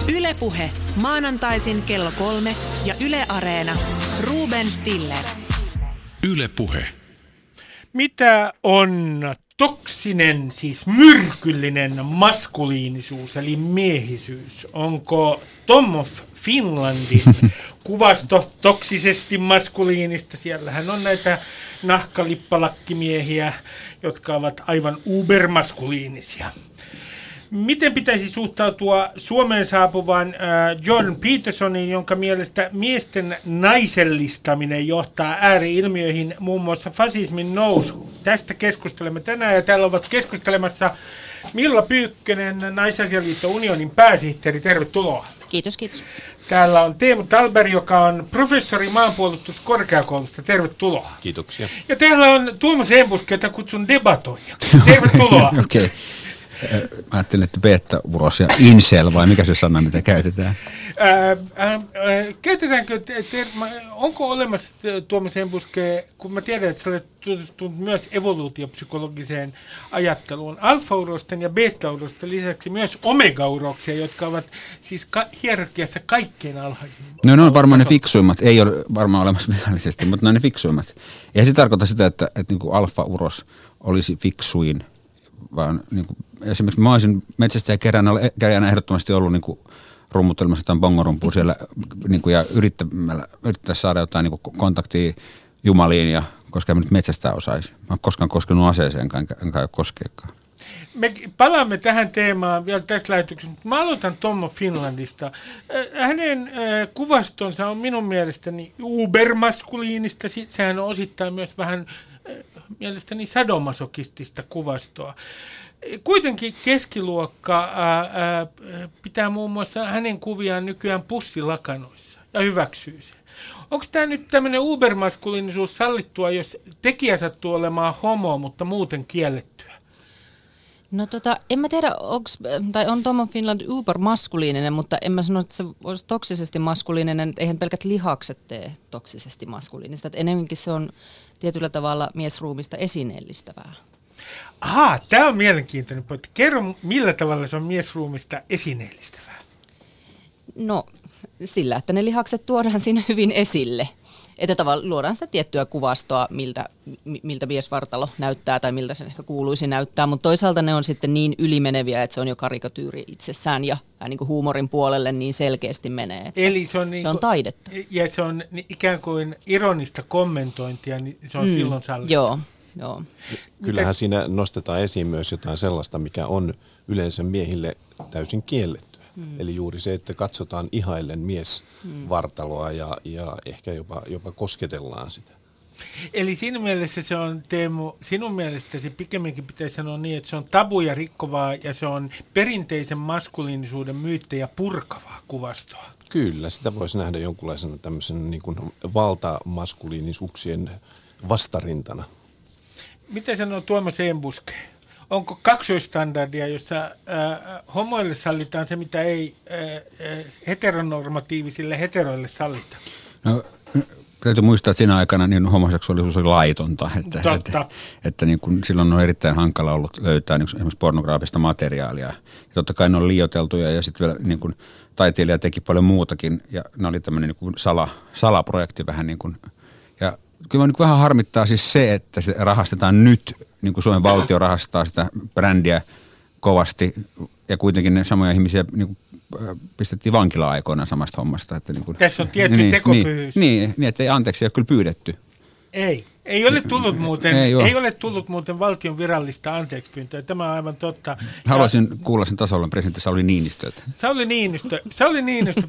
Yle Puhe. Maanantaisin kello 3 ja Yle Areena. Ruben Stiller. Yle Puhe. Mitä on toksinen, siis myrkyllinen maskuliinisuus eli miehisyys? Onko Tom of Finlandin kuvasto toksisesti maskuliinista? Siellähän on näitä nahkalippalakkimiehiä, jotka ovat aivan ubermaskuliinisia. Miten pitäisi suhtautua Suomeen saapuvaan Jordan Petersonin, jonka mielestä miesten naisellistaminen johtaa ääri-ilmiöihin, muun muassa fasismin nousuun? Tästä keskustelemme tänään ja täällä ovat keskustelemassa Milla Pyykkönen, Naisasialiitto Unionin pääsihteeri. Tervetuloa. Kiitos, kiitos. Täällä on Teemu Talberg, joka on professori maanpuolustuskorkeakoulusta. Tervetuloa. Kiitoksia. Ja täällä on Tuomas Enbuske, jota kutsun debatoijaksi. Tervetuloa. Okei. Mä ajattelin, että beta-uros ja incel, vai mikä se sana, mitä käytetään? Käytetäänkö, onko olemassa Tuomas Enbuske, kun mä tiedän, että sä olet tutustunut myös evoluutiopsykologiseen ajatteluun, alfa-urosten ja beta-urosten lisäksi myös omega-uroksia, jotka ovat siis hierarkiassa kaikkein alhaisimmat. No ne on varmaan ne fiksuimmat, ei ole varmaan olemassa virallisesti, mutta ne on ne fiksuimmat. Eihän se tarkoita sitä, että niin kuin alfa-uros olisi fiksuin, vaan niin kuin, esimerkiksi mä olisin metsästäjäkeränä ehdottomasti ollut niin kuin rummuttelemassa jotain bongorumpuun siellä niin kuin, ja yrittää saada jotain niin kuin kontaktia jumaliin, ja koska mä nyt metsästää osaisi. Mä oon koskaan koskenut aseeseenkaan, enkä koskeekaan. Me palaamme tähän teemaan vielä tässä lähetyksessä, mutta mä aloitan Tom of Finlandista. Hänen kuvastonsa on minun mielestäni ubermaskuliinista, sehän on osittain myös vähän mielestäni sadomasokistista kuvastoa. Kuitenkin keskiluokka pitää muun muassa hänen kuviaan nykyään pussilakanoissa ja hyväksyy sen. Onko tämä nyt tämmöinen ubermaskuliinisuus sallittua, jos tekijä sattuu olemaan homo, mutta muuten kiellettyä? No en mä tiedä, on Tom of Finland ubermaskuliininen, mutta en mä sano, että se olisi toksisesti maskuliininen. Eihän pelkät lihakset tee toksisesti maskuliinista. Että enemmänkin se on tietyllä tavalla miesruumista esineellistävää. Tämä on mielenkiintoinen pointti. Kerro, millä tavalla se on miesruumista esineellistävää? No sillä, että ne lihakset tuodaan siinä hyvin esille. Että tavallaan luodaan sitä tiettyä kuvastoa, miltä miesvartalo näyttää tai miltä se ehkä kuuluisi näyttää, mutta toisaalta ne on sitten niin ylimeneviä, että se on jo karikatyyri itsessään ja niin kuin huumorin puolelle niin selkeästi menee. Eli se on taidetta. Ja se on ikään kuin ironista kommentointia, niin se on silloin sallittua. Joo. Kyllähän siinä nostetaan esiin myös jotain sellaista, mikä on yleensä miehille täysin kiellettyä. Eli juuri se, että katsotaan ihaillen miesvartaloa ja ehkä jopa kosketellaan sitä. Eli siinä mielessä se on, Teemu, sinun mielestäsi pikemminkin pitäisi sanoa niin, että se on tabuja rikkovaa ja se on perinteisen maskuliinisuuden myyttejä purkavaa kuvastoa. Kyllä, sitä voisi nähdä jonkunlaisena tämmöisen niin kuin valtamaskuliinisuuksien vastarintana. Mitä sanoo Tuomas Enbuske? Onko kaksoistandardia, jossa homoille sallitaan se, mitä ei heteronormatiivisille heteroille sallita? No, täytyy muistaa, että siinä aikana niin homoseksuaalisuus oli laitonta. Että niin kuin silloin on erittäin hankala ollut löytää niin esimerkiksi pornograafista materiaalia. Ja totta kai ne on liioiteltuja ja sitten vielä niin kuin taiteilija teki paljon muutakin. Ja ne oli tämmöinen niin kuin salaprojekti vähän niin kuin. Ja kyllä niin vähän harmittaa siis se, että se rahastetaan nyt, niin kuin Suomen valtio rahastaa sitä brändiä kovasti, ja kuitenkin ne samoja ihmisiä niin kuin pistettiin vankilaan aikoinaan samasta hommasta. Että niin kuin, tässä on tietty tekopyhyys. Niin, että ei anteeksi, ei ole kyllä pyydetty. Ei ole tullut muuten valtion virallista anteeksipyyntöä. Tämä on aivan totta. Haluaisin kuulla sen tasavallan presidentti Sauli Niinistöltä. Sauli Niinistö,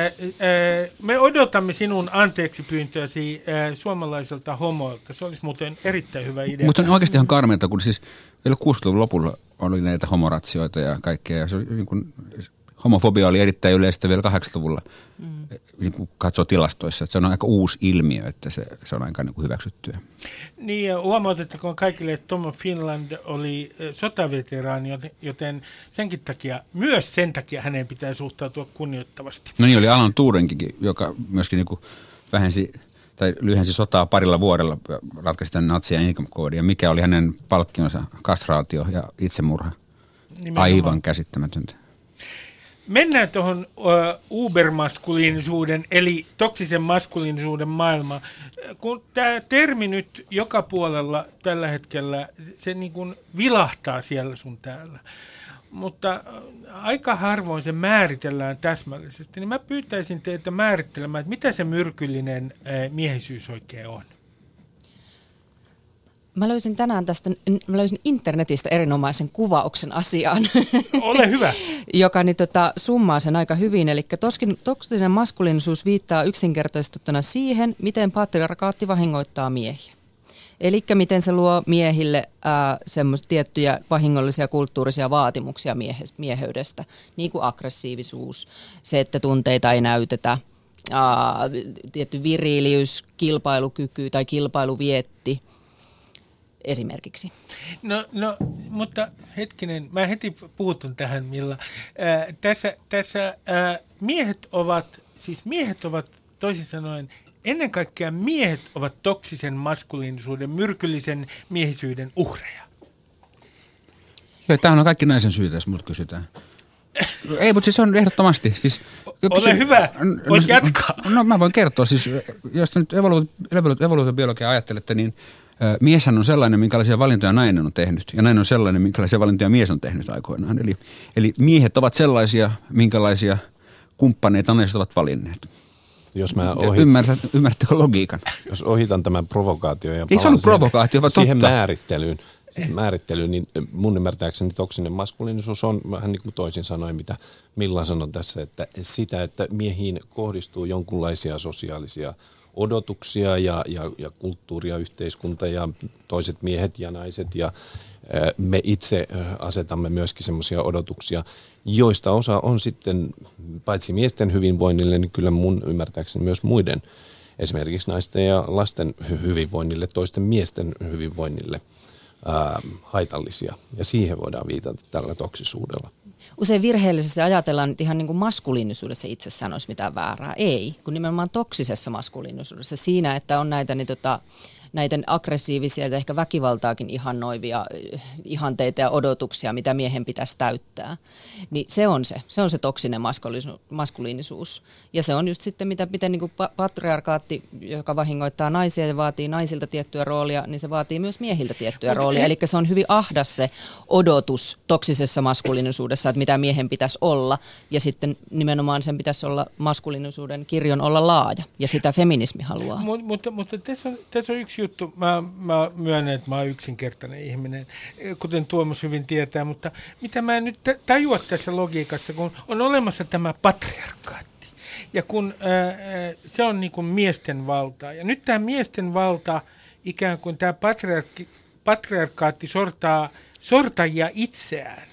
me odotamme sinun anteeksipyyntöäsi suomalaiselta homoilta. Se olisi muuten erittäin hyvä idea. Mutta on oikeasti ihan karmeita, kun siis vielä 60-luvun lopulla oli näitä homoratsioita ja kaikkea. Ja se oli niin kuin, homofobia oli erittäin yleistä vielä 80-luvulla, niin kuin katsoo tilastoissa. Että se on aika uusi ilmiö, että se on aika niin kuin hyväksyttyä. Niin, ja huomautettakoon kaikille, että Tom of Finland oli sotaveteraani, joten myös sen takia hänen pitää suhtautua kunnioittavasti. No niin, oli Alan Turingkin, joka myöskin niin kuin lyhensi sotaa parilla vuodella, ratkaisi tämän natsien inkokoodin. Ja mikä oli hänen palkkionsa? Kastraatio ja itsemurha. Nimenomaan. Aivan käsittämätöntä. mennään tuohon ubermaskuliinisuuden eli toksisen maskuliinisuuden maailmaan. Kun tämä termi nyt joka puolella tällä hetkellä, se niin kuin vilahtaa siellä sun täällä, mutta aika harvoin se määritellään täsmällisesti, niin mä pyytäisin teitä määrittelemään, että mitä se myrkyllinen miehisyys oikein on. Mä löysin tänään internetistä erinomaisen kuvauksen asiaan. Ole hyvä. Joka summaa sen aika hyvin. Eli toksinen maskuliinisuus viittaa yksinkertaistettuna siihen, miten patriarkaatti vahingoittaa miehiä. Eli miten se luo miehille semmoisia tiettyjä vahingollisia kulttuurisia vaatimuksia mieheydestä, niin kuin aggressiivisuus, se, että tunteita ei näytetä, tietty viriiliys, kilpailukyky tai kilpailuvietti esimerkiksi. No, mutta hetkinen, mä heti puutun tähän, Milla. Tässä miehet ovat toisin sanoen, ennen kaikkea miehet ovat toksisen maskuliinisuuden, myrkyllisen miehisyyden uhreja. Joo, tämähän on kaikki naisen syytä, jos multa kysytään. Ei, mutta siis on ehdottomasti. Siis, ole hyvä, voit jatkaa. No mä voin kertoa, siis jos nyt evoluutiobiologia ajattelette, niin mieshän on sellainen, minkälaisia valintoja nainen on tehnyt, ja nainen on sellainen, minkälaisia valintoja mies on tehnyt aikoinaan. Eli miehet ovat sellaisia, minkälaisia kumppaneita naiset ovat valinneet. Jos mä Ymmärrättekö logiikan? Jos ohitan tämän provokaation ja ei se ollut provokaatio, vaan siihen määrittelyyn, niin mun ymmärtääkseni toksinen maskuliinisuus on vähän niin kuin toisin sanoen, mitä Milla sanoi tässä, että sitä, että miehiin kohdistuu jonkunlaisia sosiaalisia odotuksia ja kulttuuria, yhteiskunta ja toiset miehet ja naiset ja me itse asetamme myöskin semmoisia odotuksia, joista osa on sitten paitsi miesten hyvinvoinnille, niin kyllä mun ymmärtääkseni myös muiden, esimerkiksi naisten ja lasten hyvinvoinnille, toisten miesten hyvinvoinnille haitallisia. Ja siihen voidaan viitata tällä toksisuudella. Usein virheellisesti ajatellaan, että ihan niin kuin maskuliinisuudessa itsessään olisi mitään väärää. Ei, kun nimenomaan toksisessa maskuliinisuudessa siinä, että on näitä aggressiivisia ja ehkä väkivaltaakin ihannoivia ihanteita ja odotuksia, mitä miehen pitäisi täyttää. Niin se on se toksinen maskuliinisuus. Ja se on just sitten, miten niin kuin patriarkaatti, joka vahingoittaa naisia ja vaatii naisilta tiettyä roolia, niin se vaatii myös miehiltä tiettyä roolia. Eli se on hyvin ahdas se odotus toksisessa maskuliinisuudessa, että mitä miehen pitäisi olla. Ja sitten nimenomaan sen pitäisi olla maskuliinisuuden kirjon olla laaja. Ja sitä feminismi haluaa. Mutta tässä on yksi juttu. Mä myönnän, että mä oon yksinkertainen ihminen, kuten Tuomas hyvin tietää, mutta mitä mä en nyt tajua tässä logiikassa, kun on olemassa tämä patriarkaatti, ja kun se on niin kuin miesten valtaa, ja nyt tämä miesten valta, ikään kuin tämä patriarkaatti sortajia itseään,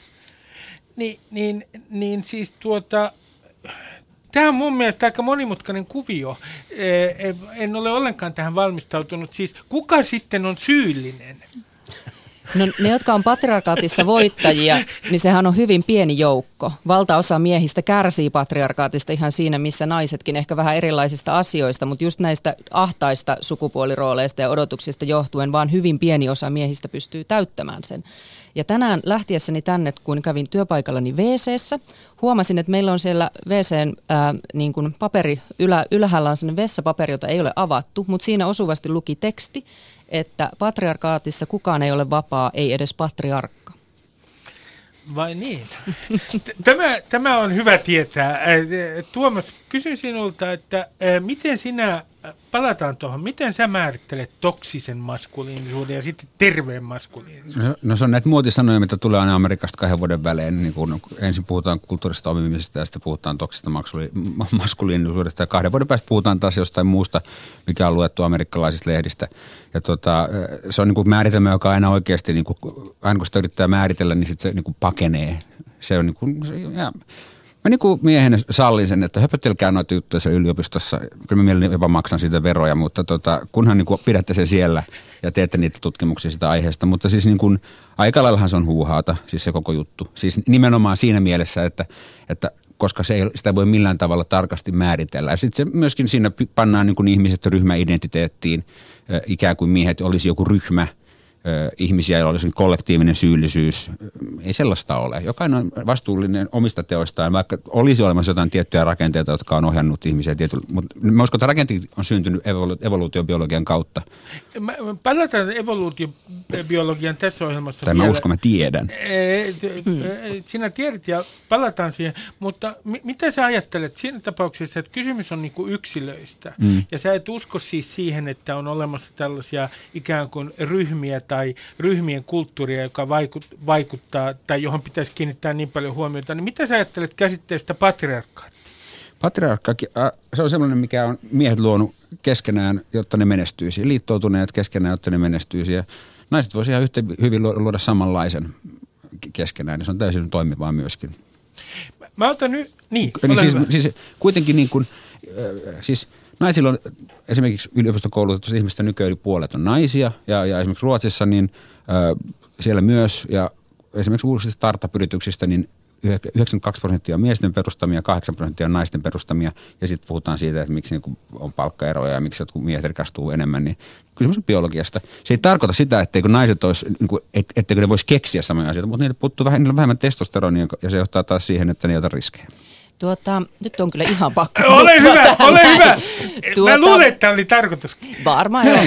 niin siis tämä on mun mielestä aika monimutkainen kuvio. En ole ollenkaan tähän valmistautunut. Siis kuka sitten on syyllinen? No ne, jotka on patriarkaatissa voittajia, niin sehän on hyvin pieni joukko. Valtaosa miehistä kärsii patriarkaatista ihan siinä, missä naisetkin ehkä vähän erilaisista asioista, mutta just näistä ahtaista sukupuolirooleista ja odotuksista johtuen vaan hyvin pieni osa miehistä pystyy täyttämään sen. Ja tänään lähtiessäni tänne, kun kävin työpaikallani WC:ssä, huomasin, että meillä on siellä WC:n niin kuin paperi, ylhäällä on sellainen vessapaperi, jota ei ole avattu, mutta siinä osuvasti luki teksti, että patriarkaatissa kukaan ei ole vapaa, ei edes patriarkka. Vai niin? Tämä on hyvä tietää. Tuomas, kysyn sinulta, että miten sinä, palataan tuohon, miten sä määrittelet toksisen maskuliinisuuden ja sitten terveen maskuliinisuuden? No se on näitä muotisanoja, mitä tulee aina Amerikasta 2 vuoden välein. Niin kun ensin puhutaan kulttuurista omimisesta ja sitten puhutaan toksista maskuliinisuudesta. Ja 2 vuoden päästä puhutaan taas jostain muusta, mikä on luettu amerikkalaisista lehdistä. Ja se on niin kuin määritelmä, joka aina oikeasti, niin kuin, aina kun sitä yrittää määritellä, niin sitten se niin kuin pakenee. Se on niin kuin, mä niin kuin miehenä sallin sen, että höpöttelkää noita juttuja siellä yliopistossa. Kyllä mä mielelläni jopa maksan siitä veroja, mutta kunhan niin kuin pidätte sen siellä ja teette niitä tutkimuksia sitä aiheesta. Mutta siis niin kuin, aika laillahan se on huuhaata, siis se koko juttu. Siis nimenomaan siinä mielessä, että koska sitä ei voi millään tavalla tarkasti määritellä. Ja sitten se myöskin siinä pannaan niin kuin ihmiset ryhmäidentiteettiin, ikään kuin miehet olisi joku ryhmä, ihmisiä, joilla olisi kollektiivinen syyllisyys. Ei sellaista ole. Jokainen on vastuullinen omista teoistaan, vaikka olisi olemassa jotain tiettyjä rakenteita, jotka on ohjannut ihmisiä. Mutta mä uskon, että rakenteet on syntynyt evoluutiobiologian kautta. Palataan evoluutiobiologian tässä ohjelmassa tai vielä. Mä uskon, mä tiedän. Sinä tiedät ja palataan siihen, mutta mitä sä ajattelet siinä tapauksessa, että kysymys on niinku yksilöistä ja sä et usko siis siihen, että on olemassa tällaisia ikään kuin ryhmiä tai ryhmien kulttuuria, joka vaikuttaa tai johon pitäisi kiinnittää niin paljon huomiota, niin mitä sä ajattelet käsitteestä patriarkaatti? Patriarkka, se on sellainen, mikä on miehet luonut keskenään, jotta ne menestyisi. Liittoutuneet keskenään, jotta ne menestyisi. Ja naiset voisivat ihan yhtä hyvin luoda samanlaisen keskenään, ja se on täysin toimivaa myöskin. Mä otan nyt, niin siis kuitenkin niin kuin, siis naisilla on esimerkiksi yliopistokoulutetusta ihmistä nykyään yli puolet on naisia, ja esimerkiksi Ruotsissa niin siellä myös, ja esimerkiksi uusista startup-yrityksistä, niin 92% on miesten perustamia, 8% on naisten perustamia, ja sitten puhutaan siitä, että miksi niin on palkkaeroja ja miksi jotkut miehet rikastuu enemmän, niin kysymys on biologiasta. Se ei tarkoita sitä, etteikö naiset olisi, etteikö ne voisi keksiä samoja asioita, mutta niille puuttuu vähemmän testosteronia, ja se johtaa taas siihen, että ne ei ota riskejä. Nyt on kyllä ihan pakko. Ole hyvä. Mä luulen, että tämä oli tarkoitus. Varmaan joo.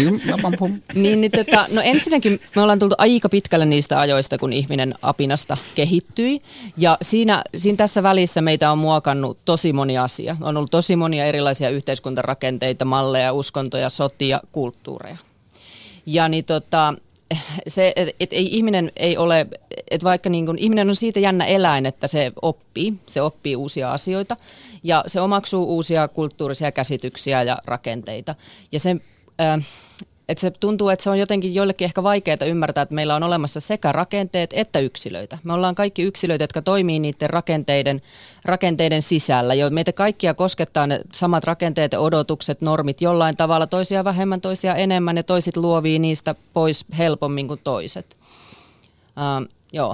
No ensinnäkin me ollaan tultu aika pitkälle niistä ajoista, kun ihminen apinasta kehittyi. Ja siinä tässä välissä meitä on muokannut tosi moni asia. On ollut tosi monia erilaisia yhteiskuntarakenteita, malleja, uskontoja, sotia, kulttuureja. Ja niin se, että ihminen ei ole, että vaikka niin kuin, ihminen on siitä jännä eläin, että se oppii uusia asioita ja se omaksuu uusia kulttuurisia käsityksiä ja rakenteita. Ja että se tuntuu, että se on jotenkin joillekin ehkä vaikeaa ymmärtää, että meillä on olemassa sekä rakenteet että yksilöitä. Me ollaan kaikki yksilöitä, jotka toimii niiden rakenteiden sisällä. Meitä kaikkia koskettaa ne samat rakenteet ja odotukset, normit jollain tavalla, toisia vähemmän, toisia enemmän ja toiset luovii niistä pois helpommin kuin toiset. Joo.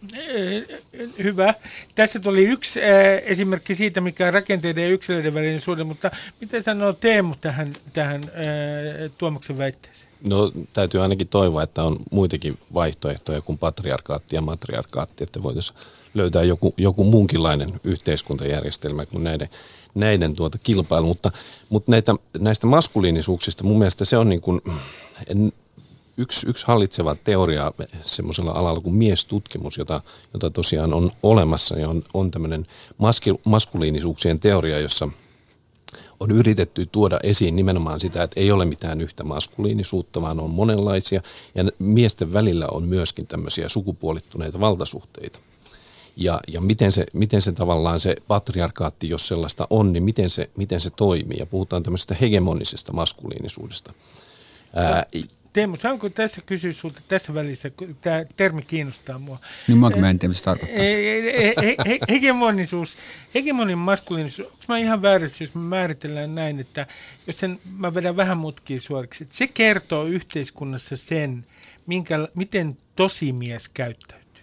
Hyvä. Tässä tuli yksi esimerkki siitä, mikä on rakenteiden ja yksilöiden välinen suhde, mutta miten sanoo Teemu tähän Tuomaksen väitteeseen? No täytyy ainakin toivoa, että on muitakin vaihtoehtoja kuin patriarkaatti ja matriarkaatti, että voitaisiin löytää joku muunkinlainen yhteiskuntajärjestelmä kuin näiden kilpailu, mutta näistä maskuliinisuuksista mun mielestä se on niin kuin Yksi hallitseva teoria semmoisella alalla kuin miestutkimus, jota tosiaan on olemassa, ja on tämmöinen maskuliinisuuksien teoria, jossa on yritetty tuoda esiin nimenomaan sitä, että ei ole mitään yhtä maskuliinisuutta, vaan on monenlaisia, ja miesten välillä on myöskin tämmöisiä sukupuolittuneita valtasuhteita. Ja miten se tavallaan se patriarkaatti, jos sellaista on, niin miten se toimii, ja puhutaan tämmöisestä hegemonisesta maskuliinisuudesta. Teemu, saanko tässä kysyä sinulta tässä välissä, kun tämä termi kiinnostaa mua. Niin mä en tiedä, mitä se tarkoittaa. Hegemonin maskuliinisuus, onko mä ihan väärässä, jos me määritellään näin, että jos mä vedän vähän mutkia suoriksi, että se kertoo yhteiskunnassa sen, miten tosimies käyttäytyy?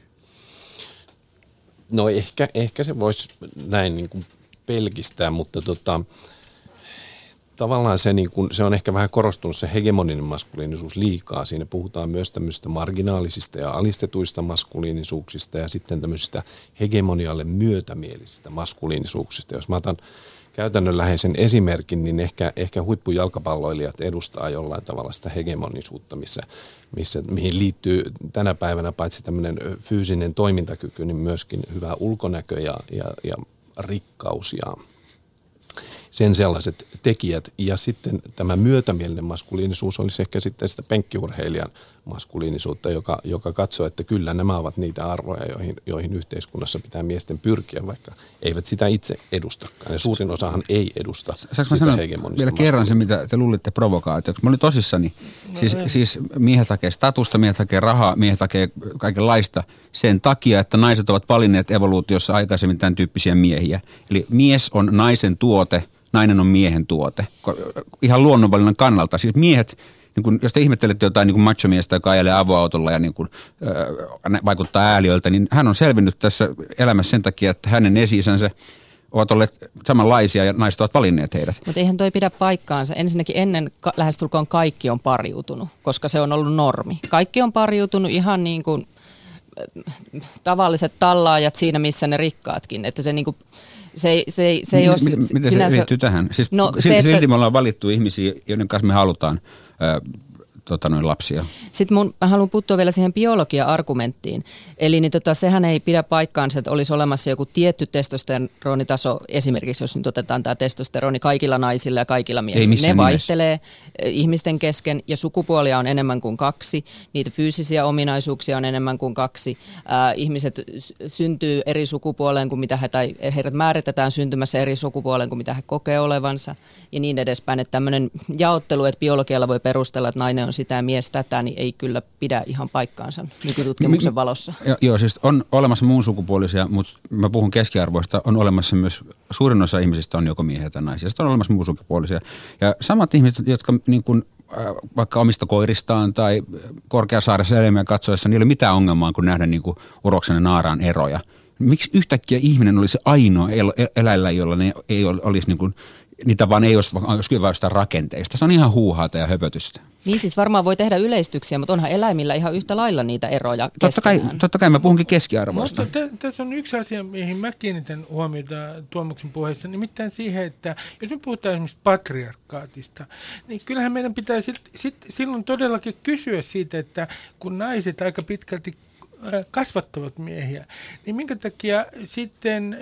No ehkä se voisi näin niin kuin pelkistää, mutta tavallaan se on ehkä vähän korostunut se hegemoninen maskuliinisuus liikaa. Siinä puhutaan myös tämmöisistä marginaalisista ja alistetuista maskuliinisuuksista ja sitten tämmöisistä hegemonialle myötämielisistä maskuliinisuuksista. Jos mä otan käytännönläheisen esimerkin, niin ehkä huippujalkapalloilijat edustaa jollain tavalla sitä hegemonisuutta, mihin liittyy tänä päivänä paitsi tämmöinen fyysinen toimintakyky, niin myöskin hyvä ulkonäkö ja rikkaus ja sen sellaiset tekijät. Ja sitten tämä myötämielinen maskuliinisuus olisi ehkä sitten sitä penkkiurheilijan maskuliinisuutta, joka katsoo, että kyllä nämä ovat niitä arvoja, joihin yhteiskunnassa pitää miesten pyrkiä, vaikka eivät sitä itse edustakaan. Ja suurin osahan ei edusta sitä hegemonista vielä kerran se, mitä te luulitte provokaatioksi. Mä olin tosissani. Siis miehet hakee statusta, miehet hakee rahaa, miehet hakee kaikenlaista sen takia, että naiset ovat valinneet evoluutiossa aikaisemmin tämän tyyppisiä miehiä. Eli mies on naisen tuote, nainen on miehen tuote. Ihan luonnonvalinnan kannalta. Siis miehet, niin kun, jos te ihmettelette jotain niin machomiestä, joka ajelee avoautolla ja niin kun, vaikuttaa ääliöiltä, niin hän on selvinnyt tässä elämässä sen takia, että hänen esi-isänsä ovat olleet samanlaisia ja naiset ovat valinneet heidät. Mutta eihän toi pidä paikkaansa. Ensinnäkin ennen lähestulkoon kaikki on pariutunut, koska se on ollut normi. Kaikki on pariutunut ihan niin kuin tavalliset tallaajat siinä, missä ne rikkaatkin. Että se niin kuin, se ei ole miten se liittyy tähän? Siis silti me ollaan valittu ihmisiä, joiden kanssa me halutaan lapsia. Sitten mä haluan puuttua vielä siihen biologia-argumenttiin. Eli niin sehän ei pidä paikkaansa, että olisi olemassa joku tietty testosteronitaso, esimerkiksi jos nyt otetaan tämä testosteroni kaikilla naisilla ja kaikilla miehillä. Ne vaihtelee ihmisten kesken ja sukupuolia on enemmän kuin 2. Niitä fyysisiä ominaisuuksia on enemmän kuin 2. Ihmiset syntyy eri sukupuoleen kuin mitä tai heidät määritetään syntymässä eri sukupuoleen kuin mitä he kokee olevansa ja niin edespäin. Että tämmöinen jaottelu, että biologialla voi perustella, että nainen on sitä ja mies tätä, niin ei kyllä pidä ihan paikkaansa nykytutkimuksen valossa. Joo, siis on olemassa muun sukupuolisia, mutta mä puhun keskiarvoista, on olemassa myös, suurin osa ihmisistä on joko miehiä tai naisia, sitten on olemassa muun sukupuolisia. Ja samat ihmiset, jotka niin kuin, vaikka omista koiristaan tai Korkeasaaressa eläimiä katsoessa, niillä ei ole mitään ongelmaa, kun nähdä niin kuin uroksen ja naaraan eroja. Miksi yhtäkkiä ihminen olisi ainoa eläillä, jolla ne ei olisi niin kuin, niitä vaan ei olisi kyllä vain jostain rakenteista. Se on ihan huuhaata ja höpötystä. Niin siis varmaan voi tehdä yleistyksiä, mutta onhan eläimillä ihan yhtä lailla niitä eroja keskenään. Totta kai mä puhunkin keskiarvoista. Mutta tässä on yksi asia, mihin mä kiinnitän huomiota Tuomaksen puheessa, nimittäin siihen, että jos me puhutaan esimerkiksi patriarkaatista, niin kyllähän meidän pitää silloin todellakin kysyä siitä, että kun naiset aika pitkälti kasvattavat miehiä, niin minkä takia sitten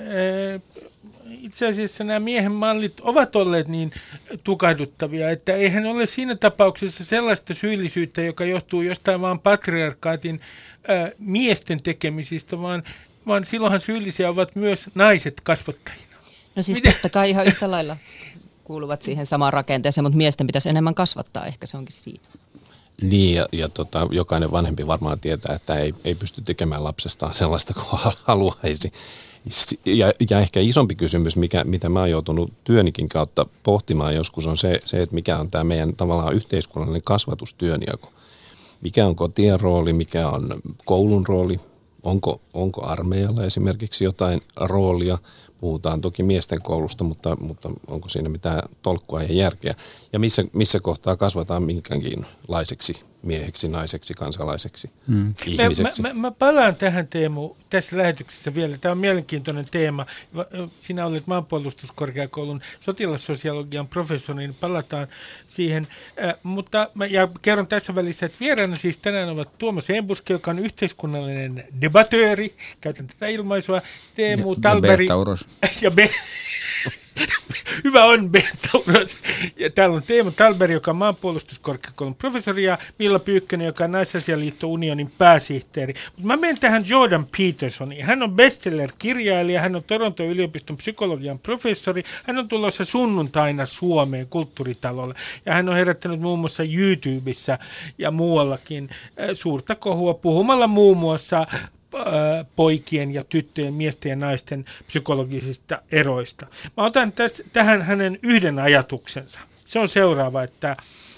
itse asiassa nämä miehen mallit ovat olleet niin tukahduttavia, että eihän ole siinä tapauksessa sellaista syyllisyyttä, joka johtuu jostain vaan patriarkaatin miesten tekemisistä, vaan silloinhan syyllisiä ovat myös naiset kasvattajina. No siis totta kai ihan yhtä lailla kuuluvat siihen samaan rakenteeseen, mutta miesten pitäisi enemmän kasvattaa, ehkä se onkin siinä. Niin, ja jokainen vanhempi varmaan tietää, että ei pysty tekemään lapsestaan sellaista kuin haluaisi. Ja ehkä isompi kysymys, mitä mä oon joutunut työnikin kautta pohtimaan joskus, on se, että mikä on tämä meidän tavallaan yhteiskunnallinen kasvatustyönjako. Mikä on kotien rooli, mikä on koulun rooli, onko armeijalla esimerkiksi jotain roolia. Puhutaan toki miesten koulusta, mutta onko siinä mitään tolkkua ja järkeä? Ja missä kohtaa kasvataan minkäkinlaiseksi mieheksi, naiseksi, kansalaiseksi, ihmiseksi? Mä palaan tähän Teemu tässä lähetyksessä vielä. Tämä on mielenkiintoinen teema. Sinä olet maanpuolustuskorkeakoulun sotilassosiologian professori, niin palataan siihen. Mutta ja kerron tässä välissä, että vieraana siis tänään ovat Tuomas Enbuske, joka on yhteiskunnallinen debatööri, käytän tätä ilmaisua, Teemu Talberi. Ja hyvä on, Bentauros. Ja täällä on Teemu Talberi, joka on maanpuolustuskorkeakoulun professori, ja Milla Pyykkönen, joka on Naisasialiitto Unionin pääsihteeri. Mutta mä menen tähän Jordan Petersoniin. Hän on bestseller-kirjailija, hän on Toronton yliopiston psykologian professori, hän on tulossa sunnuntaina Suomeen Kulttuuritalolle, ja hän on herättänyt muun muassa YouTubessa ja muuallakin suurta kohua puhumalla muun muassa poikien ja tyttöjen, miesten ja naisten psykologisista eroista. Mä otan tähän hänen yhden ajatuksensa. Se on seuraava, että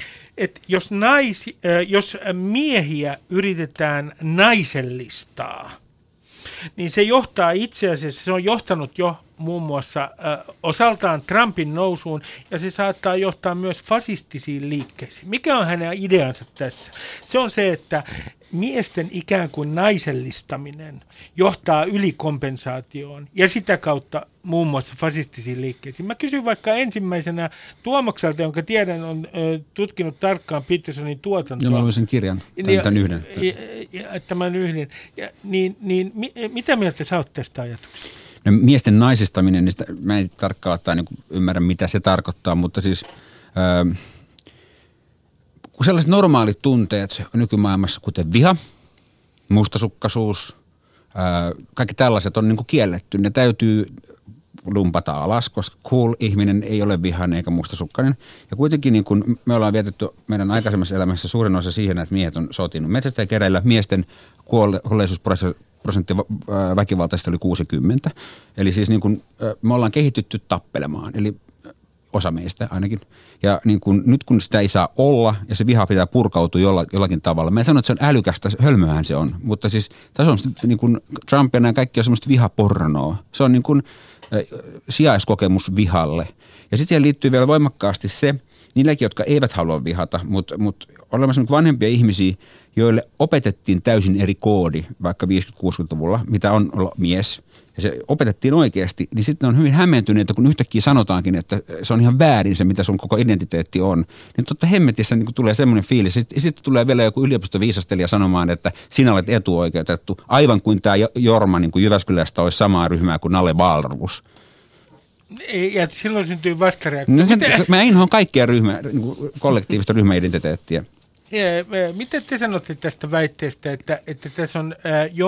jos miehiä yritetään naisellistaa, niin se johtaa itse asiassa, se on johtanut jo muun muassa osaltaan Trumpin nousuun, ja se saattaa johtaa myös fasistisiin liikkeisiin. Mikä on hänen ideansa tässä? Se on se, että miesten ikään kuin naisellistaminen johtaa ylikompensaatioon ja sitä kautta muun muassa fasistisiin liikkeisiin. Mä kysyn vaikka ensimmäisenä Tuomakselta, jonka tiedän on tutkinut tarkkaan Petersonin tuotantoa. Joo, mä luin sen kirjan, tämän yhden. Tämän yhden. Mitä mieltä sä oot tästä ajatuksesta? No, miesten naisistaminen, niin mä en tarkkaan ottaen niin ymmärrä, mitä se tarkoittaa, mutta siis kun sellaiset normaalit tunteet nykymaailmassa, kuten viha, mustasukkaisuus, kaikki tällaiset on niin kuin kielletty. Ne täytyy lumpata alas, koska cool ihminen ei ole vihainen eikä mustasukkainen. Ja kuitenkin niin kuin me ollaan vietetty meidän aikaisemmassa elämässä suurin osa siihen, että miehet on sotinut. Metsästäjäkereillä miesten kuolleisuusprosentti väkivaltaista oli 60. Eli siis niin kuin me ollaan kehitytty tappelemaan. Eli osa meistä ainakin. Ja niin kun, nyt kun sitä ei saa olla ja se viha pitää purkautua jollakin tavalla. Mä en sano, että se on älykästä, hölmöhän se on, mutta siis tässä on niin kun Trump ja nämä kaikki on semmoista vihapornoa. Se on niin kun sijaiskokemus vihalle. Ja sitten siihen liittyy vielä voimakkaasti se, niilläkin, jotka eivät halua vihata, mutta on olemassa vanhempia ihmisiä, joille opetettiin täysin eri koodi, vaikka 50-60-luvulla, mitä on olla mies. Ja se opetettiin oikeasti, niin sitten on hyvin hämmentyneitä, kun yhtäkkiä sanotaankin, että se on ihan väärin se, mitä sun koko identiteetti on. Niin totta hemmetissä niin tulee semmoinen fiilis. Sitten tulee vielä joku yliopistoviisastelija sanomaan, että sinä olet etuoikeutettu. Aivan kuin tämä Jorma niin kuin Jyväskylästä olisi samaa ryhmää kuin Nalle Wahlroos. Ja silloin syntyy vastareaktio. No mä inhoan kaikkia kollektiivista ryhmäidentiteettiä. Miten te sanotte tästä väitteestä, että tässä on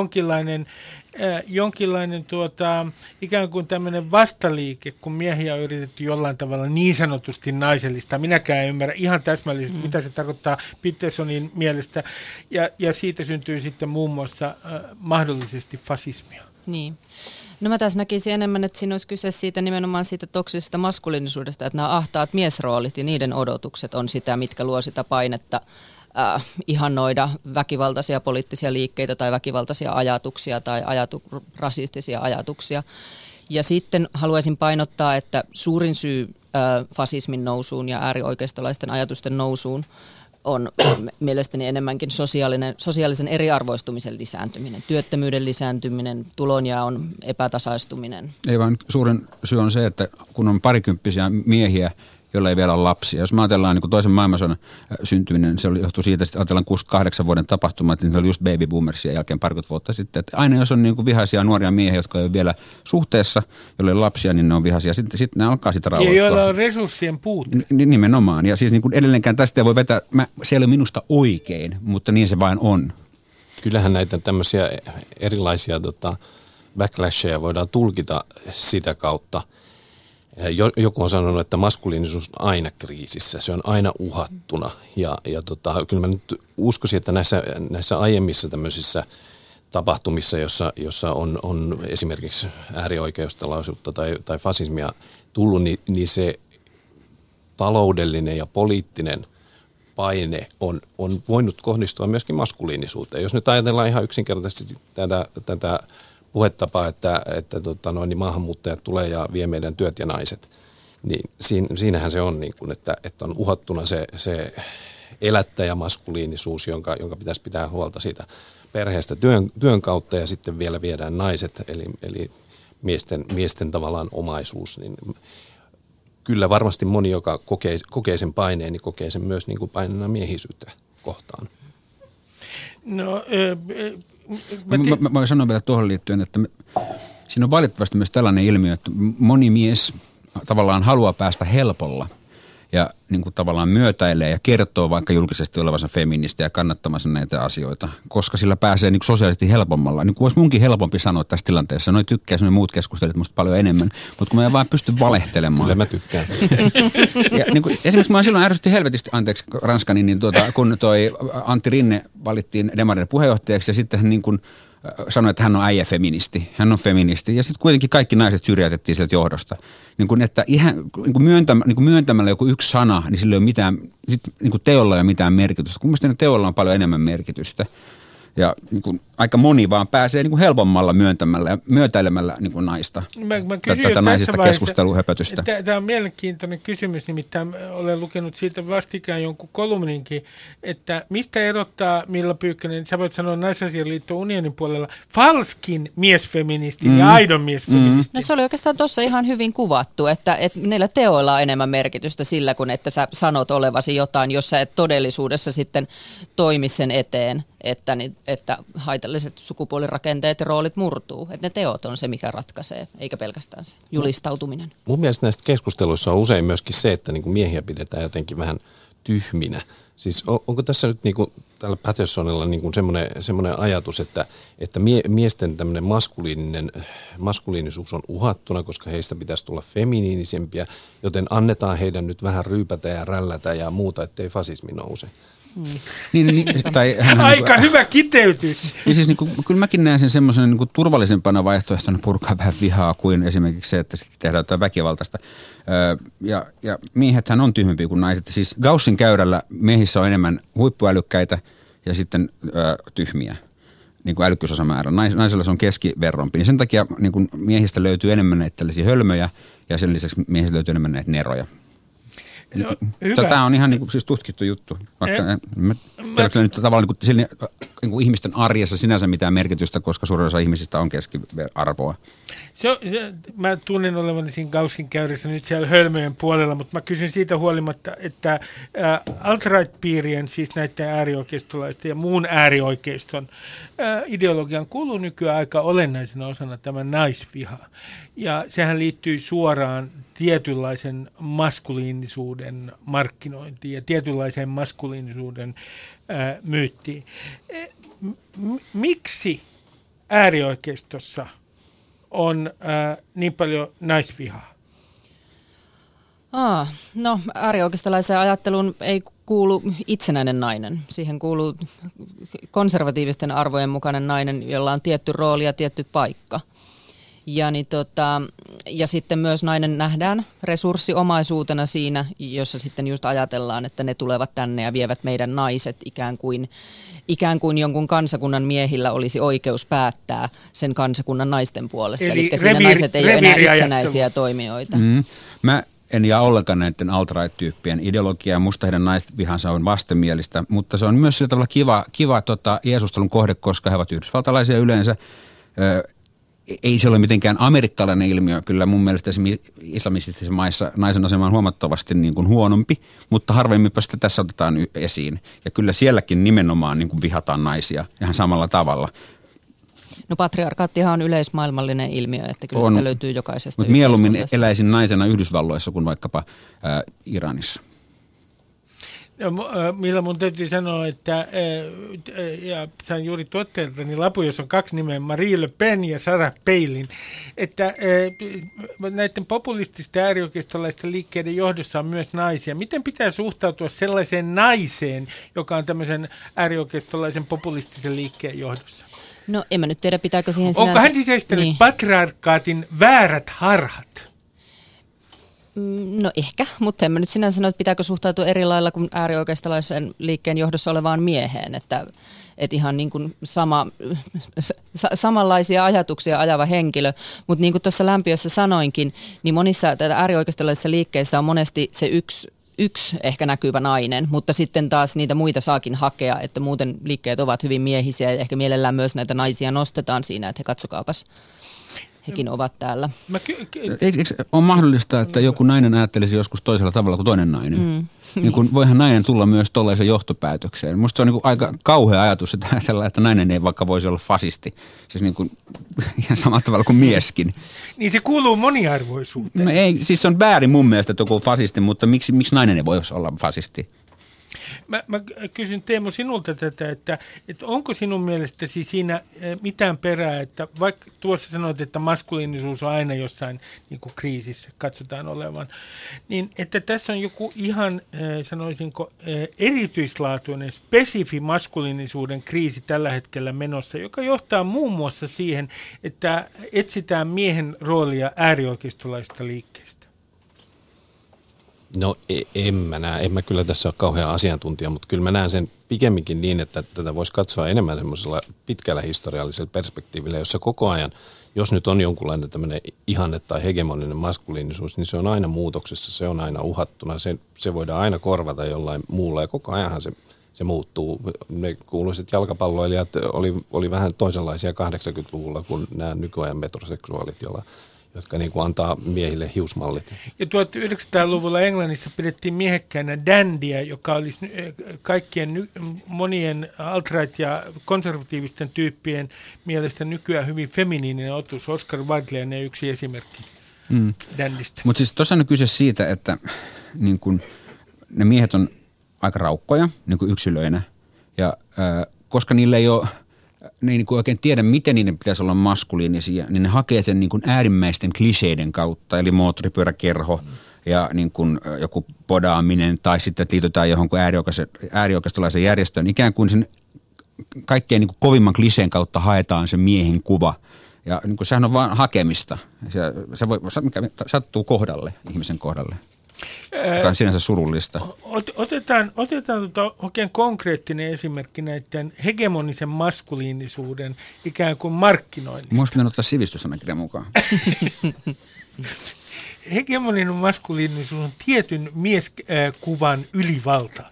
jonkinlainen ikään kuin tämmöinen vastaliike, kun miehiä on yritetty jollain tavalla niin sanotusti naisellista. Minäkään en ymmärrä ihan täsmällisesti, mitä se tarkoittaa Petersonin mielestä. Ja siitä syntyy sitten muun muassa mahdollisesti fasismia. Niin. No mä tässä näkisin enemmän, että siinä olisi kyse siitä nimenomaan siitä toksisesta maskuliinisuudesta, että nämä ahtaat miesroolit ja niiden odotukset on sitä, mitkä luo sitä painetta ihannoida väkivaltaisia poliittisia liikkeitä tai väkivaltaisia ajatuksia tai rasistisia ajatuksia. Ja sitten haluaisin painottaa, että suurin syy fasismin nousuun ja äärioikeistolaisten ajatusten nousuun on mielestäni enemmänkin sosiaalisen eriarvoistumisen lisääntyminen, työttömyyden lisääntyminen, tulonjaon epätasaistuminen. Ei vaan suurin syy on se, että kun on parikymppisiä miehiä, joilla ei vielä ole lapsia. Jos me ajatellaan niin kuin toisen maailmansodan syntyminen, se johtui siitä, että ajatellaan 68 vuoden tapahtumat, niin se oli just baby boomersien jälkeen parikymmentä vuotta sitten. Että aina jos on niin kuin vihaisia nuoria miehiä, jotka ei ole vielä suhteessa, joilla ei ole lapsia, niin ne on vihaisia. Sitten ne alkaa sitä rauhoittua. Ja joilla on resurssien puute. Nimenomaan. Ja siis niin kuin edelleenkään tästä ei voi vetää, se ei ole minusta oikein, mutta niin se vain on. Kyllähän näitä tämmöisiä erilaisia backlasheja voidaan tulkita sitä kautta. Joku on sanonut, että maskuliinisuus on aina kriisissä, se on aina uhattuna ja kyllä mä nyt uskoisin, että näissä aiemmissa tämmöisissä tapahtumissa, jossa on esimerkiksi äärioikeistolaisuutta tai fasismia tullut, niin se taloudellinen ja poliittinen paine on voinut kohdistua myöskin maskuliinisuuteen. Jos nyt ajatellaan ihan yksinkertaisesti tätä puhetapaa, että maahanmuuttajat tulee ja vie meidän työt ja naiset, niin siinähän se on, niin kuin, että on uhattuna se elättäjämaskuliinisuus, jonka pitäisi pitää huolta siitä perheestä työn kautta ja sitten vielä viedään naiset, eli miesten tavallaan omaisuus. Niin kyllä varmasti moni, joka kokee sen paineen, niin kokee sen myös niin kuin paineena miehisyyttä kohtaan. No, Mä voin sanoa vielä tuohon liittyen, että siinä on valitettavasti myös tällainen ilmiö, että moni mies tavallaan haluaa päästä helpolla ja niin kuin tavallaan myötäilee ja kertoo vaikka julkisesti olevansa feministi ja kannattamassa näitä asioita, koska sillä pääsee niin kuin sosiaalisesti helpommalla. Niin kuin olisi munkin helpompi sanoa tässä tilanteessa. Noi tykkää, ne muut keskustelevat musta paljon enemmän, mutta kun mä en vaan pysty valehtelemaan. Kyllä mä tykkään. Ja niin kuin, esimerkiksi mä silloin ärsytti helvetisti, anteeksi Ranskani, niin kun toi Antti Rinne valittiin Demareiden puheenjohtajaksi ja sitten hän niin kuin sanoi, että hän on äijäfeministi. Hän on feministi. Ja sitten kuitenkin kaikki naiset syrjäytettiin sieltä johdosta. Niin kuin, että ihan niin kuin myöntämällä joku yksi sana, niin sillä ei ole mitään, niin kuin teolla ei ole mitään merkitystä. Kun mielestäni teolla on paljon enemmän merkitystä. Ja niin kuin, aika moni vaan pääsee niin kuin helpommalla myöntämällä ja myötäilemällä niin kuin naista. Mä kysyn tätä naisista keskusteluhöpötystä. Tämä on mielenkiintoinen kysymys, nimittäin olen lukenut siitä vastikään jonkun kolumninkin, että mistä erottaa Milla Pyykkönen, sä voit sanoa Naisasialiitto unionin puolella, falskin miesfeministin ja aidon miesfeministin. No se oli oikeastaan tuossa ihan hyvin kuvattu, että näillä teoilla on enemmän merkitystä sillä, kun että sä sanot olevasi jotain, jos sä et todellisuudessa sitten toimi sen eteen, että haitalliset sukupuolirakenteet ja roolit murtuu. Että ne teot on se, mikä ratkaisee, eikä pelkästään se julistautuminen. Mun mielestä näistä keskusteluissa on usein myöskin se, että niin kuin miehiä pidetään jotenkin vähän tyhminä. Siis onko tässä nyt niin kuin tällä Petersonilla niin kuin semmoinen ajatus, että miesten tämmöinen maskuliinisuus on uhattuna, koska heistä pitäisi tulla feminiinisempiä, joten annetaan heidän nyt vähän ryypätä ja rällätä ja muuta, ettei fasismi nouse? Aika hyvä kiteytys. Niin siis kyllä mäkin näen sen semmoisen turvallisempana vaihtoehtona purkaa vähän vihaa kuin esimerkiksi se, että sitten tehdään jotain väkivaltaista. Ja miehethän on tyhmempiä kuin naiset. Siis Gaussin käyrällä miehissä on enemmän huippuälykkäitä ja sitten tyhmiä. Niin kuin älykkyysosamäärä. Naisilla se on keskiverrompi. Niin sen takia niin kuin miehistä löytyy enemmän näitä tällaisia hölmöjä ja sen lisäksi miehistä löytyy enemmän näitä neroja. No, tämä on ihan niin kuin, siis tutkittu juttu. Vaikka nyt tavallaan niin kuin ihmisten arjessa sinänsä mitään merkitystä, koska suurin osa ihmisistä on keskiarvoa. Mä tunnen olevani siinä Gaussin käyrässä nyt siellä hölmöjen puolella, mutta mä kysyn siitä huolimatta, että alt-right-piirien, siis näiden äärioikeistolaisten ja muun äärioikeiston ideologian kuuluu nykyään aika olennaisena osana tämä naisviha. Ja sehän liittyy suoraan tietynlaisen maskuliinisuuden markkinointiin ja tietynlaiseen maskuliinisuuden myyttiin. Miksi äärioikeistossa on niin paljon naisvihaa? No äärioikeistolaiseen ajatteluun ei kuulu itsenäinen nainen. Siihen kuuluu konservatiivisten arvojen mukainen nainen, jolla on tietty rooli ja tietty paikka. Ja sitten myös nainen nähdään resurssiomaisuutena siinä, jossa sitten just ajatellaan, että ne tulevat tänne ja vievät meidän naiset ikään kuin jonkun kansakunnan miehillä olisi oikeus päättää sen kansakunnan naisten puolesta. Eli siinä naiset ei ole enää itsenäisiä toimijoita. Mä en jaa ollenkaan näiden alt-right-tyyppien ideologiaa. Musta heidän naisvihansa on vastenmielistä, mutta se on myös sillä tavalla kiva jeesustelun kohde, koska he ovat yhdysvaltalaisia yleensä. Ei se ole mitenkään amerikkalainen ilmiö. Kyllä mun mielestä esimerkiksi islamistisissa maissa naisen asema on huomattavasti niin kuin huonompi, mutta harvemminpä sitä tässä otetaan esiin. Ja kyllä sielläkin nimenomaan niin kuin vihataan naisia ihan samalla tavalla. No patriarkaattihan on yleismaailmallinen ilmiö, että kyllä sitä löytyy jokaisesta. Mutta mieluummin eläisin naisena Yhdysvalloissa kuin vaikkapa Iranissa. No, millä mun täytyy sanoa, että ja sain juuri tuotteeltani lapun, jos on 2 nimeä, Marie Le Pen ja Sarah Palin, että näiden populististen äärioikeistolaisten liikkeiden johdossa on myös naisia. Miten pitää suhtautua sellaiseen naiseen, joka on tämmöisen äärioikeistolaisen populistisen liikkeen johdossa? No en mä nyt tiedä, pitääkö siihen sinänsä... Onko hän sisäistänyt patriarkaatin väärät harhat? No ehkä, mutta en mä nyt sinänsä sano, että pitääkö suhtautua eri lailla kuin äärioikeistolaisen liikkeen johdossa olevaan mieheen, että ihan niin kuin samanlaisia ajatuksia ajava henkilö, mutta niin kuin tuossa lämpiössä sanoinkin, niin monissa äärioikeistolaisissa liikkeissä on monesti se yksi ehkä näkyvä nainen, mutta sitten taas niitä muita saakin hakea, että muuten liikkeet ovat hyvin miehisiä ja ehkä mielellään myös näitä naisia nostetaan siinä, että he katsokaapas. Hekin ovat täällä. Eikö ole mahdollista, että joku nainen ajattelisi joskus toisella tavalla kuin toinen nainen? Niin kun voihan nainen tulla myös tuollaiseen johtopäätökseen. Musta se on niin kuin aika kauhea ajatus, että ajatellaan, että nainen ei vaikka voisi olla fasisti. Siis niin kuin ihan samalla tavalla kuin mieskin. Niin se kuuluu moniarvoisuuteen. No ei, siis se on väärin mun mielestä, että joku on fasisti, mutta miksi nainen ei voisi olla fasisti? Mä kysyn Teemu sinulta tätä, että onko sinun mielestäsi siinä mitään perää, että vaikka tuossa sanoit, että maskuliinisuus on aina jossain niin kuin kriisissä, katsotaan olevan, niin että tässä on joku ihan, sanoisinko, erityislaatuinen, spesifi maskuliinisuuden kriisi tällä hetkellä menossa, joka johtaa muun muassa siihen, että etsitään miehen roolia äärioikeistolaisista liikkeistä. No en mä kyllä tässä ole kauhean asiantuntija, mutta kyllä mä näen sen pikemminkin niin, että tätä voisi katsoa enemmän semmoisella pitkällä historiallisella perspektiivillä, jossa koko ajan, jos nyt on jonkunlainen tämmöinen ihanne tai hegemoninen maskuliinisuus, niin se on aina muutoksessa, se on aina uhattuna, se voidaan aina korvata jollain muulla ja koko ajanhan se muuttuu. Ne kuuluiset jalkapalloilijat oli vähän toisenlaisia 80-luvulla kuin nämä nykyajan metroseksuaalit, jotka niin kuin antaa miehille hiusmallit. Ja 1900-luvulla Englannissa pidettiin miehekkäänä dandyä, joka olisi monien alt-right ja konservatiivisten tyyppien mielestä nykyään hyvin feminiininen otus. Oscar Wilde on yksi esimerkki dandystä. Mutta siis tuossa on kyse siitä, että niin kun ne miehet on aika raukkoja niin kuin yksilöinä, ja koska niillä ei ole... Ne ei niin kuin oikein tiedä, miten niiden pitäisi olla maskuliinisia, niin ne hakee sen niin kuin äärimmäisten kliseiden kautta, eli moottoripyöräkerho, ja niin kuin joku podaaminen tai sitten, että liitytään johonkin äärioikeistolaisen järjestöön. Ikään kuin sen kaikkein niin kuin kovimman kliseen kautta haetaan se miehen kuva. Ja niin kuin sehän on vaan hakemista. Se voi, mikä sattuu kohdalle, ihmisen kohdalle. Joka on sinänsä surullista. Otetaan oikein konkreettinen esimerkki näiden hegemonisen maskuliinisuuden ikään kuin markkinoinnista. Minusta pitää ottaa sivistyssanakirjan mukaan. Hegemoninen maskuliinisuus on tietyn mieskuvan ylivalta.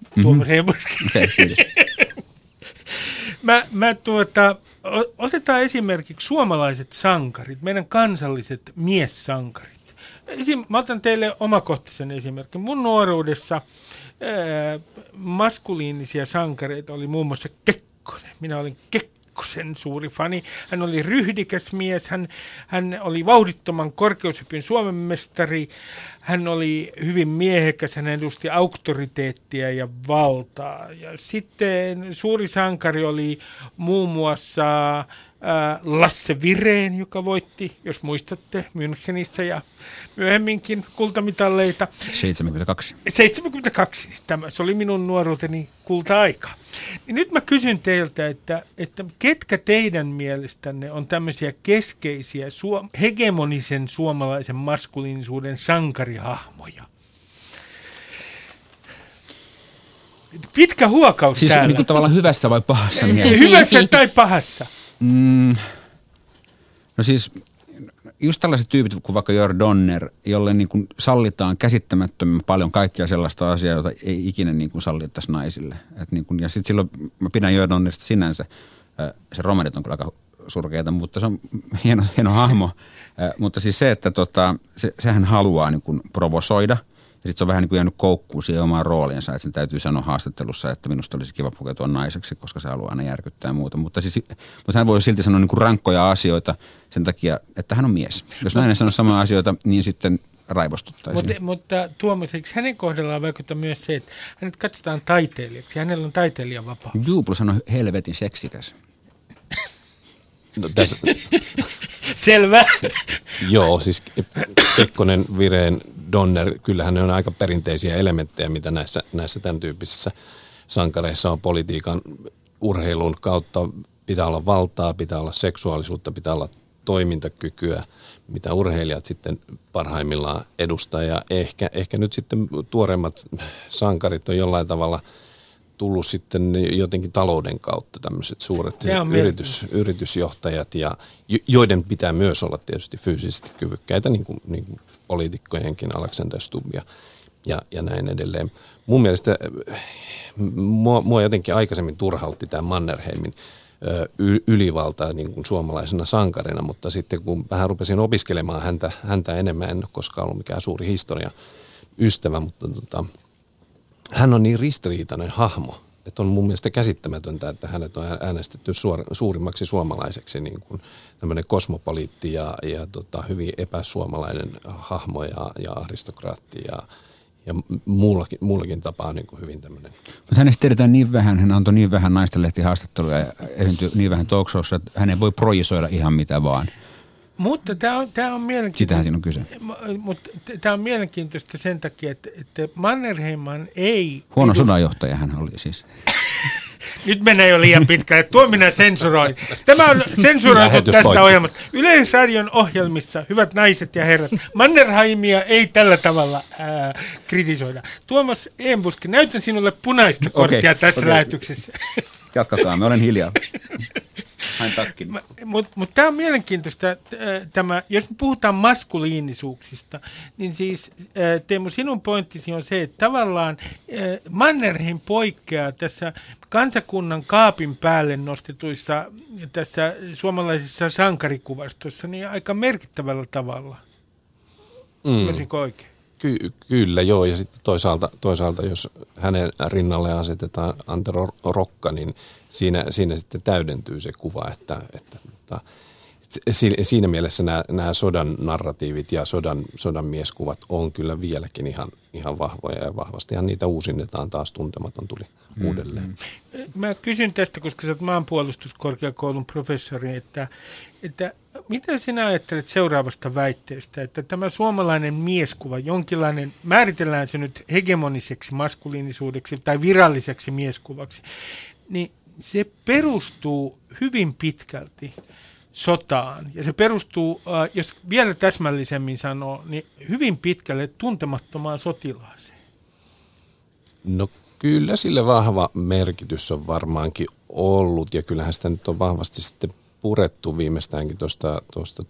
Otetaan esimerkiksi suomalaiset sankarit, meidän kansalliset miessankarit. Mä otan teille omakohtaisen esimerkin. Mun nuoruudessa maskuliinisia sankareita oli muun muassa Kekkonen. Minä olin Kekkosen suuri fani. Hän oli ryhdikäs mies, hän oli vauhdittoman korkeushypyn Suomen mestari. Hän oli hyvin miehekäs, hän edusti auktoriteettia ja valtaa. Ja sitten suuri sankari oli muun muassa Lasse Wirén, joka voitti, jos muistatte, Münchenissä ja myöhemminkin kultamitalleita. 72. 72. Se oli minun nuoruuteni kulta-aika. Niin nyt mä kysyn teiltä, että ketkä teidän mielestänne on tämmöisiä keskeisiä hegemonisen suomalaisen maskuliinisuuden sankarihahmoja? Pitkä huokaus siis täällä. Siis niin tavallaan hyvässä vai pahassa mielessä? Hyvässä tai pahassa? No siis just tällaiset tyypit kuin vaikka Jörn Donner, jolle niin kuin sallitaan käsittämättömän paljon kaikkia sellaista asiaa, jota ei ikinä niin kuin sallittaisi naisille. Et niin kuin, ja sitten silloin mä pidän Jörn Donnerista sinänsä, se romanit on kyllä aika surkeita, mutta se on hieno hahmo. Mutta siis se, että sehän haluaa niin kuin provosoida. Ja sitten se on vähän niin kuin jäänyt koukkuun siihen omaan rooliinsa, että sen täytyy sanoa haastattelussa, että minusta olisi kiva pukeutua naiseksi, koska se haluaa aina järkyttää ja muuta. Mutta hän voi silti sanoa niin kuin rankkoja asioita sen takia, että hän on mies. Jos nainen sanoo samoja asioita, niin sitten raivostuttaisiin. Mutta Tuomas, eikö hänen kohdallaan vaikuttaa myös se, että hänet katsotaan taiteilijaksi, hänellä on taiteilijan vapaus? Juuplus on helvetin seksikäs. No, tässä. Selvä. Joo, siis Kekkonen, Wirén, Donner, kyllähän ne on aika perinteisiä elementtejä, mitä näissä tämän tyyppisissä sankareissa on politiikan, urheilun kautta. Pitää olla valtaa, pitää olla seksuaalisuutta, pitää olla toimintakykyä, mitä urheilijat sitten parhaimmillaan edustaa. Ja ehkä nyt sitten tuoreimmat sankarit on jollain tavalla tullut sitten jotenkin talouden kautta tämmöiset suuret yritysjohtajat, ja joiden pitää myös olla tietysti fyysisesti kyvykkäitä, niin kuin poliitikkojenkin, Alexander Stubb ja näin edelleen. Mun mielestä mua jotenkin aikaisemmin turhautti tämä Mannerheimin ylivaltaa niin kuin suomalaisena sankarina, mutta sitten kun vähän rupesin opiskelemaan häntä enemmän, en ole koskaan ollut mikään suuri historia ystävä, mutta hän on niin ristiriitainen hahmo, että on mun mielestä käsittämätöntä, että hänet on äänestetty suurimmaksi suomalaiseksi, niin kuin tämmöinen kosmopoliitti ja hyvin epäsuomalainen hahmo ja aristokraatti ja muullakin tapaa niin kuin hyvin tämmöinen. Mutta hänestä tiedetään niin vähän, hän antoi niin vähän naistenlehtihaastatteluja ja esiintyi niin vähän talk showssa, että hänen voi projisoida ihan mitä vaan. Mutta tämä on mielenkiintoista. Sitähän siinä on kyse. Mutta tämä on mielenkiintoista sen takia, että Mannerheimman ei... Huono sodanjohtaja hän oli siis. Nyt mennään jo liian pitkälle. Tuo minä sensuroin. Tämä on sensuroitu tästä ohjelmasta. Yleisradion ohjelmissa, hyvät naiset ja herrat, Mannerheimia ei tällä tavalla kritisoida. Tuomas Eembuski, näytän sinulle punaista korttia tässä lähetyksessä. Jatkakaa, mä olen hiljaa. Mutta tämä on mielenkiintoista, jos me puhutaan maskuliinisuuksista, niin siis Teemu, sinun pointtisi on se, että tavallaan Mannerheim poikkeaa tässä kansakunnan kaapin päälle nostetuissa tässä suomalaisessa sankarikuvastossa niin aika merkittävällä tavalla. Olisiko oikein? Kyllä, joo. Ja sitten toisaalta, jos hänen rinnalle asetetaan Antero Rokka, niin siinä sitten täydentyy se kuva, että siinä mielessä nämä sodan narratiivit ja sodan mieskuvat on kyllä vieläkin ihan vahvoja, ja vahvastihan niitä uusinnetaan taas, Tuntematon tuli uudelleen. Mä kysyn tästä, koska sä oot maanpuolustuskorkeakoulun professori, että Miten sinä ajattelet seuraavasta väitteestä, että tämä suomalainen mieskuva, jonkinlainen, määritellään se nyt hegemoniseksi maskuliinisuudeksi tai viralliseksi mieskuvaksi, niin se perustuu hyvin pitkälti sotaan. Ja se perustuu, jos vielä täsmällisemmin sanoo, niin hyvin pitkälle tuntemattomaan sotilaaseen. No kyllä sille vahva merkitys on varmaankin ollut, ja kyllähän sitä nyt on vahvasti sitten purettu viimeistäänkin tuosta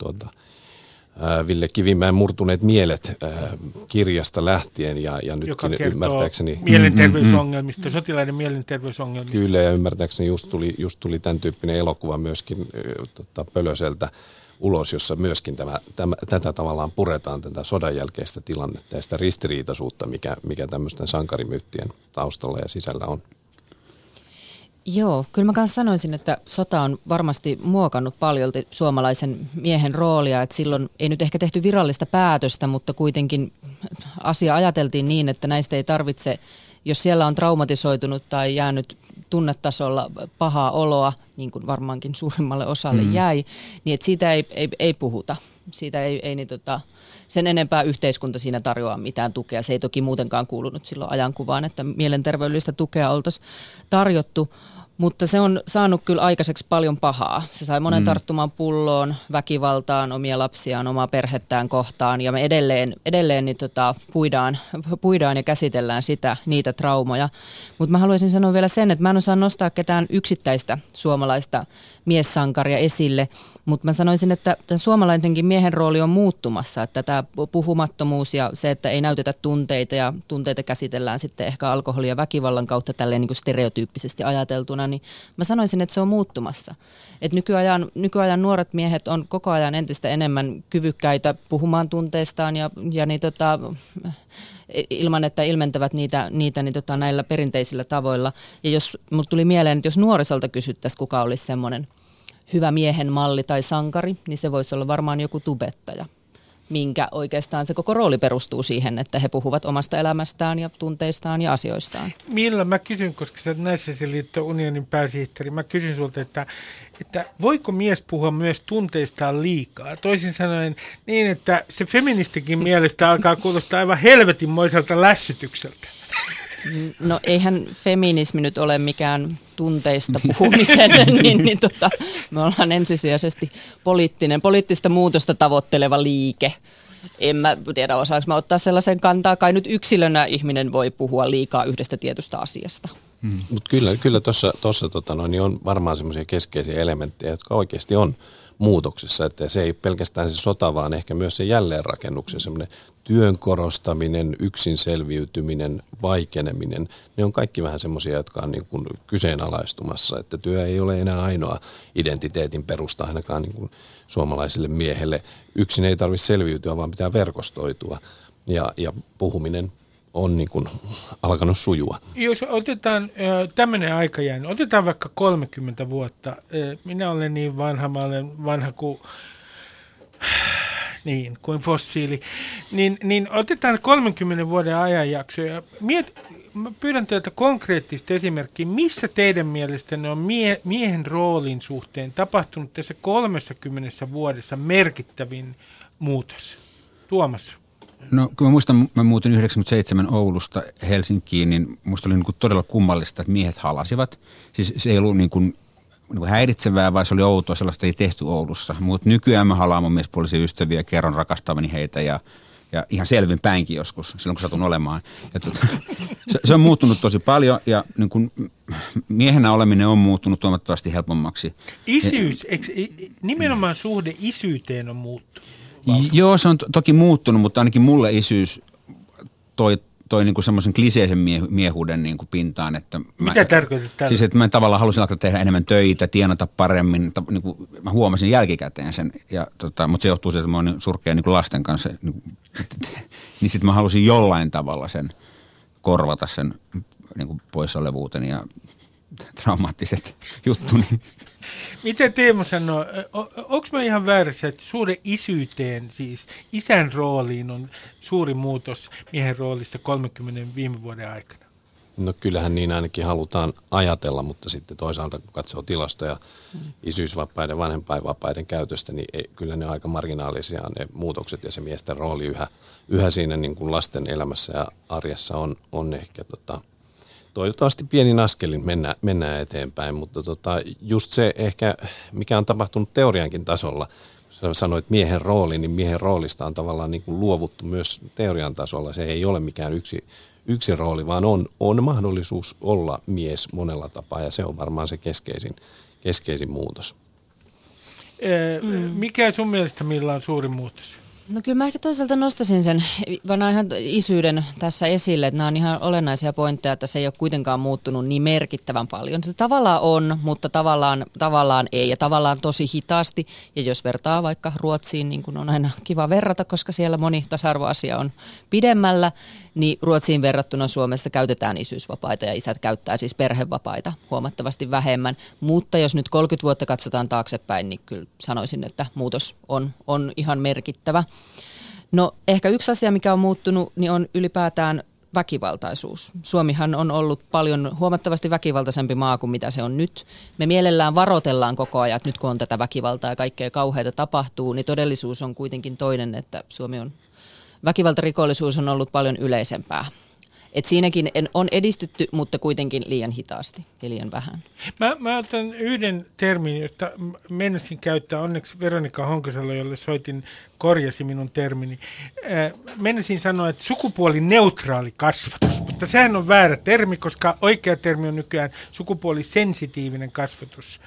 Ville Kivimäen Murtuneet mielet kirjasta lähtien, ja nytkin ymmärtääkseni mielenterveysongelmista, sotilaiden mielenterveysongelmista. Kyllä, ja ymmärtääkseni just tuli tämän tyyppinen elokuva myöskin Pölöseltä ulos, jossa myöskin tätä tavallaan puretaan, tätä sodan jälkeistä tilannetta ja sitä ristiriitaisuutta, mikä tämmöisten sankarimyyttien taustalla ja sisällä on. Joo, kyllä mä kanssa sanoisin, että sota on varmasti muokannut paljolti suomalaisen miehen roolia, että silloin ei nyt ehkä tehty virallista päätöstä, mutta kuitenkin asia ajateltiin niin, että näistä ei tarvitse, jos siellä on traumatisoitunut tai jäänyt tunnetasolla pahaa oloa, niin kuin varmaankin suurimmalle osalle jäi, niin että siitä ei puhuta. Siitä ei sen enempää yhteiskunta siinä tarjoaa mitään tukea. Se ei toki muutenkaan kuulunut silloin ajankuvaan, että mielenterveydellistä tukea oltaisiin tarjottu, mutta se on saanut kyllä aikaiseksi paljon pahaa. Se sai monen tarttumaan pulloon, väkivaltaan, omia lapsiaan, omaa perhettään kohtaan, ja me edelleen niin puidaan ja käsitellään niitä traumoja. Mutta mä haluaisin sanoa vielä sen, että mä en osaa nostaa ketään yksittäistä suomalaista miessankaria esille, mutta mä sanoisin, että tämän suomalaisenkin miehen rooli on muuttumassa, että tämä puhumattomuus ja se, että ei näytetä tunteita ja tunteita käsitellään sitten ehkä alkoholin ja väkivallan kautta tälleen niin kuin stereotyyppisesti ajateltuna, niin mä sanoisin, että se on muuttumassa. Että nykyajan nuoret miehet on koko ajan entistä enemmän kyvykkäitä puhumaan tunteistaan ja ilman, että ilmentävät niitä näillä perinteisillä tavoilla. Ja jos mut tuli mieleen, että jos nuorisolta kysyttäisiin, kuka olisi semmoinen hyvä miehen malli tai sankari, niin se voisi olla varmaan joku tubettaja, minkä oikeastaan se koko rooli perustuu siihen, että he puhuvat omasta elämästään ja tunteistaan ja asioistaan. Milla, mä kysyn, koska sä oot Naisasiain liiton unionin pääsihteeri, mä kysyn sulta, että voiko mies puhua myös tunteistaan liikaa? Toisin sanoen niin, että se feministikin mielestä alkaa kuulostaa aivan helvetinmoiselta lässytykseltä. No eihän feminismi nyt ole mikään tunteista puhumisen, niin me ollaan ensisijaisesti poliittista muutosta tavoitteleva liike. En mä tiedä, osaanko mä ottaa sellaisen kantaa, kai nyt yksilönä ihminen voi puhua liikaa yhdestä tietystä asiasta. Mutta kyllä tuossa niin on varmaan semmoisia keskeisiä elementtejä, jotka oikeasti on muutoksessa, että se ei pelkästään se sota, vaan ehkä myös se jälleenrakennuksen semmoinen työn korostaminen, yksin selviytyminen, vaikeneminen, ne on kaikki vähän semmoisia, jotka on niin kuin kyseenalaistumassa, että työ ei ole enää ainoa identiteetin perusta ainakaan niin kuin suomalaiselle miehelle. Yksin ei tarvitse selviytyä, vaan pitää verkostoitua ja puhuminen on niin kuin alkanut sujua. Jos otetaan tämmöinen aikajänne, otetaan vaikka 30 vuotta. Minä olen niin vanha, mä olen vanha kuin fossiili. Niin otetaan 30 vuoden ajanjakso ja mä pyydän teiltä konkreettista esimerkkiä, missä teidän mielestänne on miehen roolin suhteen tapahtunut tässä 30 vuodessa merkittävin muutos? Tuomas. No kun mä muistan, mä muutin 97 Oulusta Helsinkiin, niin musta oli niin kuin todella kummallista, että miehet halasivat. Siis se ei ollut niin kuin häiritsevää, vaan se oli outoa, sellaista ei tehty Oulussa. Mutta nykyään mä halaan mun miespuolisia ystäviä, kerron rakastavani heitä ja ihan selvin päinkin joskus, silloin kun satun olemaan. Ja se on muuttunut tosi paljon ja niin kuin miehenä oleminen on muuttunut huomattavasti helpommaksi. Isyys, nimenomaan suhde isyyteen on muuttunut? Joo, se on toki muuttunut, mutta ainakin mulle isyys toi niin kuin semmoisen kliseisen miehuuden niin kuin pintaan. Että mitä tarkoitat tällä? Siis, että mä tavallaan halusin alkaa tehdä enemmän töitä, tienata paremmin. Niin kuin mä huomasin jälkikäteen sen, mutta se johtuu siitä, että mä oon niin surkea niin kuin lasten kanssa. Niin sitten mä halusin jollain tavalla sen korvata sen niin kuin poissaolevuuteni ja traumaattiset juttuni. Miten Teemu sanoo, onko mä ihan väärässä, että suhde isyyteen, siis isän rooliin on suuri muutos miehen roolissa 30 viime vuoden aikana? No kyllähän niin ainakin halutaan ajatella, mutta sitten toisaalta kun katsoo tilastoja isyysvapaiden, vanhempainvapaiden käytöstä, niin kyllä ne aika marginaalisia ne muutokset ja se miesten rooli yhä siinä niin kuin lasten elämässä ja arjessa on ehkä toivottavasti pienin askelin mennään eteenpäin, mutta just se ehkä, mikä on tapahtunut teoriankin tasolla, kun sanoit miehen rooli, niin miehen roolista on tavallaan niin kuin luovuttu myös teorian tasolla. Se ei ole mikään yksi rooli, vaan on mahdollisuus olla mies monella tapaa ja se on varmaan se keskeisin muutos. Mikä sun mielestä millä on suuri muutos? No kyllä mä ehkä toisaalta nostaisin sen vanhan isyyden tässä esille, että nämä on ihan olennaisia pointteja, että se ei ole kuitenkaan muuttunut niin merkittävän paljon. Se tavallaan on, mutta tavallaan ei ja tavallaan tosi hitaasti. Ja jos vertaa vaikka Ruotsiin, niin kuin on aina kiva verrata, koska siellä moni tasa-arvoasia on pidemmällä, niin Ruotsiin verrattuna Suomessa käytetään isyysvapaita ja isät käyttää siis perhevapaita huomattavasti vähemmän. Mutta jos nyt 30 vuotta katsotaan taaksepäin, niin kyllä sanoisin, että muutos on ihan merkittävä. No ehkä yksi asia, mikä on muuttunut, niin on ylipäätään väkivaltaisuus. Suomihan on ollut paljon huomattavasti väkivaltaisempi maa kuin mitä se on nyt. Me mielellään varoitellaan koko ajan, että nyt kun on tätä väkivaltaa ja kaikkea kauheita tapahtuu, niin todellisuus on kuitenkin toinen, että väkivaltarikollisuus on ollut paljon yleisempää. Et siinäkin on edistytty, mutta kuitenkin liian hitaasti ja liian vähän. Mä otan yhden termin, josta menisin käyttää. Onneksi Veronika Honkasalo, jolle soitin, korjasi minun termini. Menisin sanoa, että sukupuolineutraali kasvatus, mutta sehän on väärä termi, koska oikea termi on nykyään sukupuolisensitiivinen kasvatus.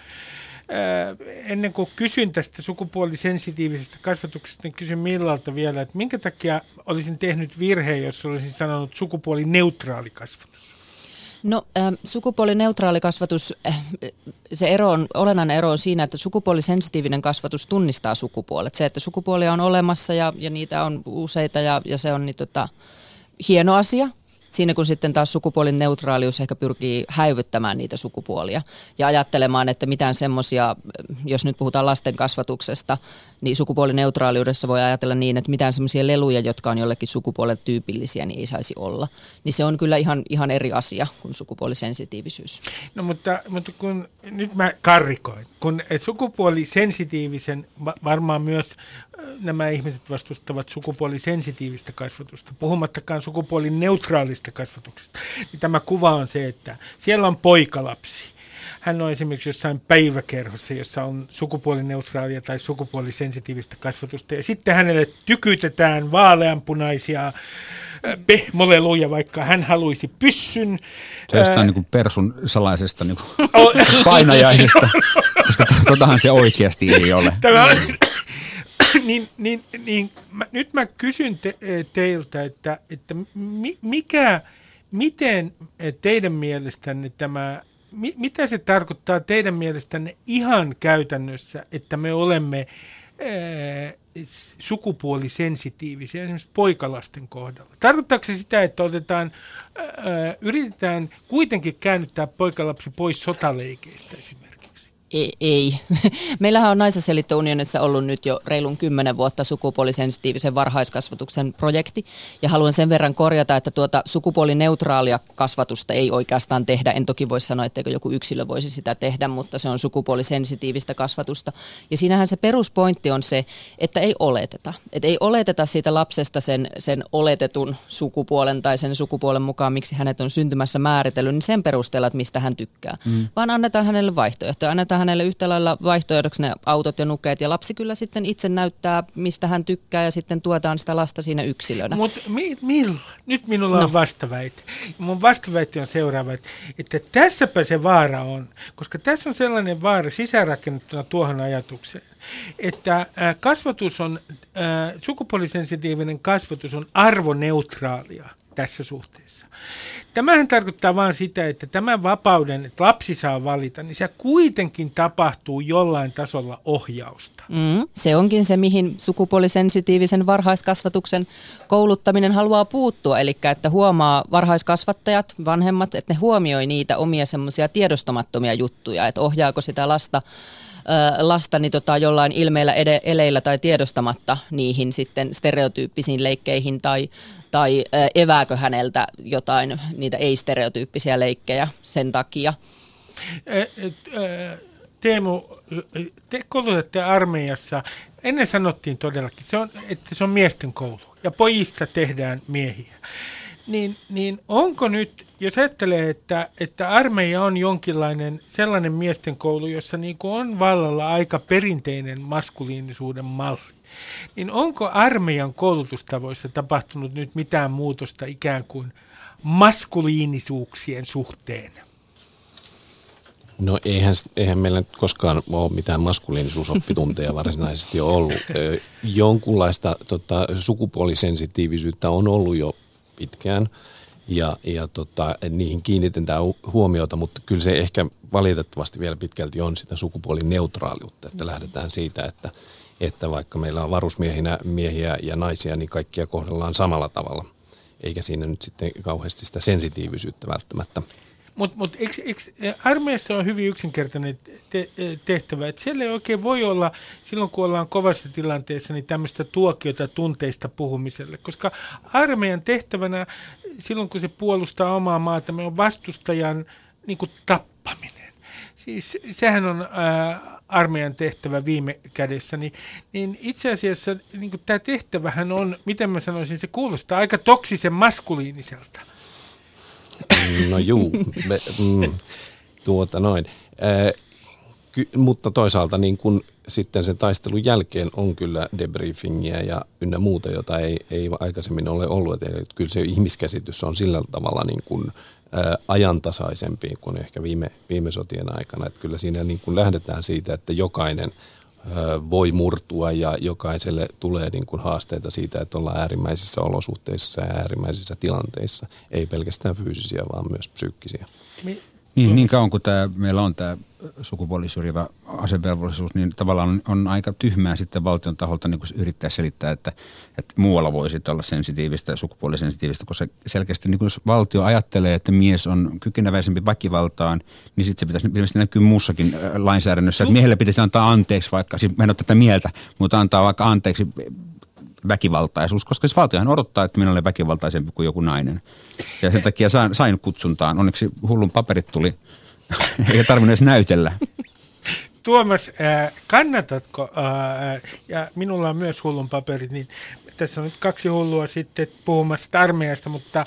Ennen kuin kysyn tästä sukupuolisensitiivisestä kasvatuksesta, niin kysyn Millalta vielä, että minkä takia olisin tehnyt virheen, jos olisin sanonut sukupuolineutraali kasvatus? No sukupuolineutraali kasvatus, olennainen ero on siinä, että sukupuolisensitiivinen kasvatus tunnistaa sukupuolet. Se, että sukupuolia on olemassa ja niitä on useita ja se on hieno asia. Siinä kun sitten taas sukupuolineutraalius ehkä pyrkii häivyttämään niitä sukupuolia ja ajattelemaan, että mitään semmoisia, jos nyt puhutaan lasten kasvatuksesta, niin sukupuolineutraaliudessa voi ajatella niin, että mitään semmoisia leluja, jotka on jollekin sukupuolelle tyypillisiä, niin ei saisi olla. Niin se on kyllä ihan eri asia kuin sukupuolisensitiivisyys. No mutta kun nyt mä karrikoin, kun sukupuolisensitiivisen varmaan myös nämä ihmiset vastustavat sukupuolisensitiivistä kasvatusta, puhumattakaan sukupuolineutraalista kasvatuksesta, niin tämä kuva on se, että siellä on poikalapsi. Hän on esimerkiksi jossain päiväkerhossa, jossa on sukupuolineutraalia tai sukupuolisensitiivistä kasvatusta, ja sitten hänelle tykytetään vaaleanpunaisia pehmoleluja, vaikka hän haluaisi pyssyn. Se jostain niin kuin Persun salaisesta niin kuin painajaisesta, koska totahan se oikeasti ei ole. Nyt mä kysyn teiltä, että miten teidän mielestänne mitä se tarkoittaa teidän mielestänne ihan käytännössä, että me olemme sukupuolisensitiivisiä esimerkiksi poikalasten kohdalla? Tarkoittaako se sitä, että yritetään kuitenkin käännyttää poikalapsi pois sotaleikeistä esimerkiksi? Ei. Meillähän on Naisasialiitto-unionissa ollut nyt jo reilun 10 vuotta sukupuolisensitiivisen varhaiskasvatuksen projekti. Ja haluan sen verran korjata, että tuota sukupuolineutraalia kasvatusta ei oikeastaan tehdä. En toki voi sanoa, etteikö joku yksilö voisi sitä tehdä, mutta se on sukupuolisensitiivistä kasvatusta. Ja siinähän se peruspointti on se, että ei oleteta. Että ei oleteta siitä lapsesta sen oletetun sukupuolen tai sen sukupuolen mukaan, miksi hänet on syntymässä määritellyt, niin sen perusteella, että mistä hän tykkää. Vaan annetaan hänelle vaihtoehtoja. Annetaan hänelle yhtä lailla vaihtoehdoksi ne autot ja nukeet, ja lapsi kyllä sitten itse näyttää, mistä hän tykkää, ja sitten tuetaan sitä lasta siinä yksilönä. Mutta milloin? Nyt minulla on vastaväite. Mun vastaväite on seuraava, että tässäpä se vaara on, koska tässä on sellainen vaara sisäänrakennettuna tuohon ajatukseen, että sukupuolisensitiivinen kasvatus on arvoneutraalia tässä suhteessa. Tämähän tarkoittaa vain sitä, että tämän vapauden, että lapsi saa valita, niin se kuitenkin tapahtuu jollain tasolla ohjausta. Se onkin se, mihin sukupuolisensitiivisen varhaiskasvatuksen kouluttaminen haluaa puuttua, eli että huomaa varhaiskasvattajat, vanhemmat, että ne huomioi niitä omia semmoisia tiedostamattomia juttuja, että ohjaako sitä lasta lasta niin jollain ilmeillä eleillä tai tiedostamatta niihin sitten stereotyyppisiin leikkeihin tai evääkö häneltä jotain niitä ei-stereotyyppisiä leikkejä sen takia. Teemu, te koulutatte armeijassa. Ennen sanottiin todellakin, että se on miesten koulu ja pojista tehdään miehiä. Niin onko nyt, jos ajattelee, että armeija on jonkinlainen sellainen miesten koulu, jossa niin kuin on vallalla aika perinteinen maskuliinisuuden malli, niin onko armeijan koulutustavoissa tapahtunut nyt mitään muutosta ikään kuin maskuliinisuuksien suhteen? No eihän meillä nyt koskaan ole mitään maskuliinisuusoppitunteja varsinaisesti ole ollut. Jonkunlaista sukupuolisensitiivisyyttä on ollut jo pitkään ja niihin kiinnitetään huomiota, mutta kyllä se ehkä valitettavasti vielä pitkälti on sitä sukupuolineutraaliutta, että lähdetään siitä, että vaikka meillä on varusmiehinä miehiä ja naisia, niin kaikkia kohdellaan samalla tavalla, eikä siinä nyt sitten kauheasti sitä sensitiivisyyttä välttämättä. Mutta armeijassa on hyvin yksinkertainen tehtävä, että siellä ei oikein voi olla, silloin kun ollaan kovassa tilanteessa, niin tämmöistä tuokiota tunteista puhumiselle, koska armeijan tehtävänä, silloin kun se puolustaa omaa maata, on vastustajan niin kuin tappaminen. Siis sehän on armeijan tehtävä viime kädessä, niin itse asiassa niin tämä tehtävähän on, miten mä sanoisin, se kuulostaa aika toksisen maskuliiniselta. No juu, mutta toisaalta niin kun sitten sen taistelun jälkeen on kyllä debriefingiä ja ynnä muuta, jota ei aikaisemmin ole ollut. Eli kyllä se ihmiskäsitys on sillä tavalla niin kun, ajantasaisempi kuin ehkä viime sotien aikana. Että kyllä siinä niin kun lähdetään siitä, että jokainen voi murtua ja jokaiselle tulee niin kuin haasteita siitä, että ollaan äärimmäisissä olosuhteissa ja äärimmäisissä tilanteissa. Ei pelkästään fyysisiä, vaan myös psyykkisiä. Niin kauan kuin meillä on tämä sukupuolisyrjivä asevelvollisuus, niin tavallaan on aika tyhmää sitten valtion taholta niin yrittää selittää, että muualla voi sitten olla sensitiivistä, sukupuolisensitiivistä, koska selkeästi niin jos valtio ajattelee, että mies on kykeneväisempi väkivaltaan, niin sitten se pitäisi näkyä muussakin lainsäädännössä, että miehelle pitäisi antaa anteeksi vaikka, siis mä en ole tätä mieltä, mutta antaa vaikka anteeksi väkivaltaisuus, koska se valtiohan odottaa, että minä olen väkivaltaisempi kuin joku nainen. Ja sen takia sain kutsuntaan. Onneksi hullun paperit tuli. Ei tarvinnut edes näytellä. Tuomas, kannatatko, ja minulla on myös hullun paperit, niin tässä on nyt 2 hullua sitten puhumassa armeijasta, mutta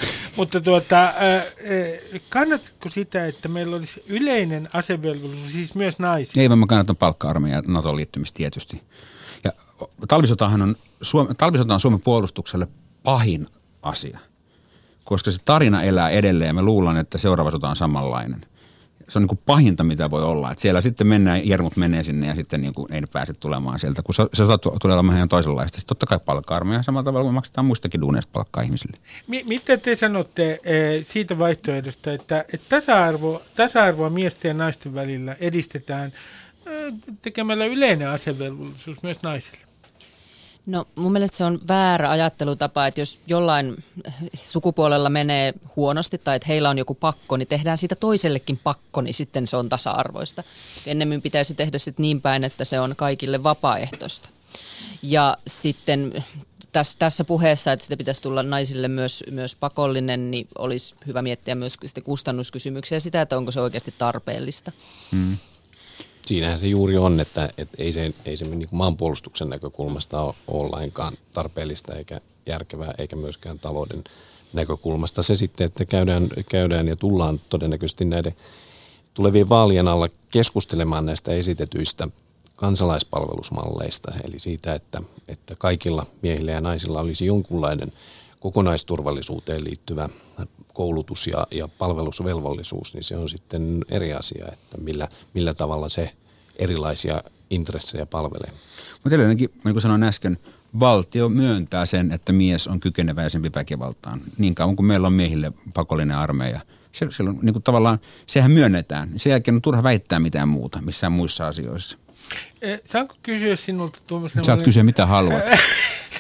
kannatatko sitä, että meillä olisi yleinen asevelvollisuus, siis myös naisia? Ei, vaan mä kannatan palkka-armeijaa ja NATOon liittymistä tietysti. Ja talvisota on Suomen puolustukselle pahin asia, koska se tarina elää edelleen ja me luullaan, että seuraava sota on samanlainen. Se on niin kuin pahinta, mitä voi olla. Että siellä sitten jermut menee sinne ja sitten niin kuin ei ne pääse tulemaan sieltä, kun se sota tulee olemaan ihan toisenlaista. Sitten totta kai palkka-armeija samalla tavalla kuin maksetaan muistakin duuneista palkkaa ihmisille. Mitä te sanotte siitä vaihtoehdosta, että tasa-arvoa miesten ja naisten välillä edistetään tekemällä yleinen asevelvollisuus myös naisille? No mun mielestä se on väärä ajattelutapa, että jos jollain sukupuolella menee huonosti tai että heillä on joku pakko, niin tehdään siitä toisellekin pakko, niin sitten se on tasa-arvoista. Ennemmin pitäisi tehdä sitten niin päin, että se on kaikille vapaaehtoista. Ja sitten tässä puheessa, että sitä pitäisi tulla naisille myös pakollinen, niin olisi hyvä miettiä myös kustannuskysymyksiä sitä, että onko se oikeasti tarpeellista. Siinähän se juuri on, että ei se niin kuin maanpuolustuksen näkökulmasta ole lainkaan tarpeellista eikä järkevää eikä myöskään talouden näkökulmasta. Se sitten, että käydään ja tullaan todennäköisesti näiden tulevien vaalien alla keskustelemaan näistä esitetyistä kansalaispalvelusmalleista, eli siitä, että kaikilla miehillä ja naisilla olisi jonkunlainen kokonaisturvallisuuteen liittyvä koulutus ja palvelusvelvollisuus, niin se on sitten eri asia, että millä tavalla se erilaisia intressejä palvelee. Mutta edelleenkin, niin kuin sanoin äsken, valtio myöntää sen, että mies on kykeneväisempi väkivaltaan. Niin kauan kuin meillä on miehille pakollinen armeija. Silloin, niin kuin tavallaan, sehän myönnetään. Sen jälkeen on turha väittää mitään muuta missään muissa asioissa. Saanko kysyä sinulta, Tuomas? Saat kysyä mitä haluat.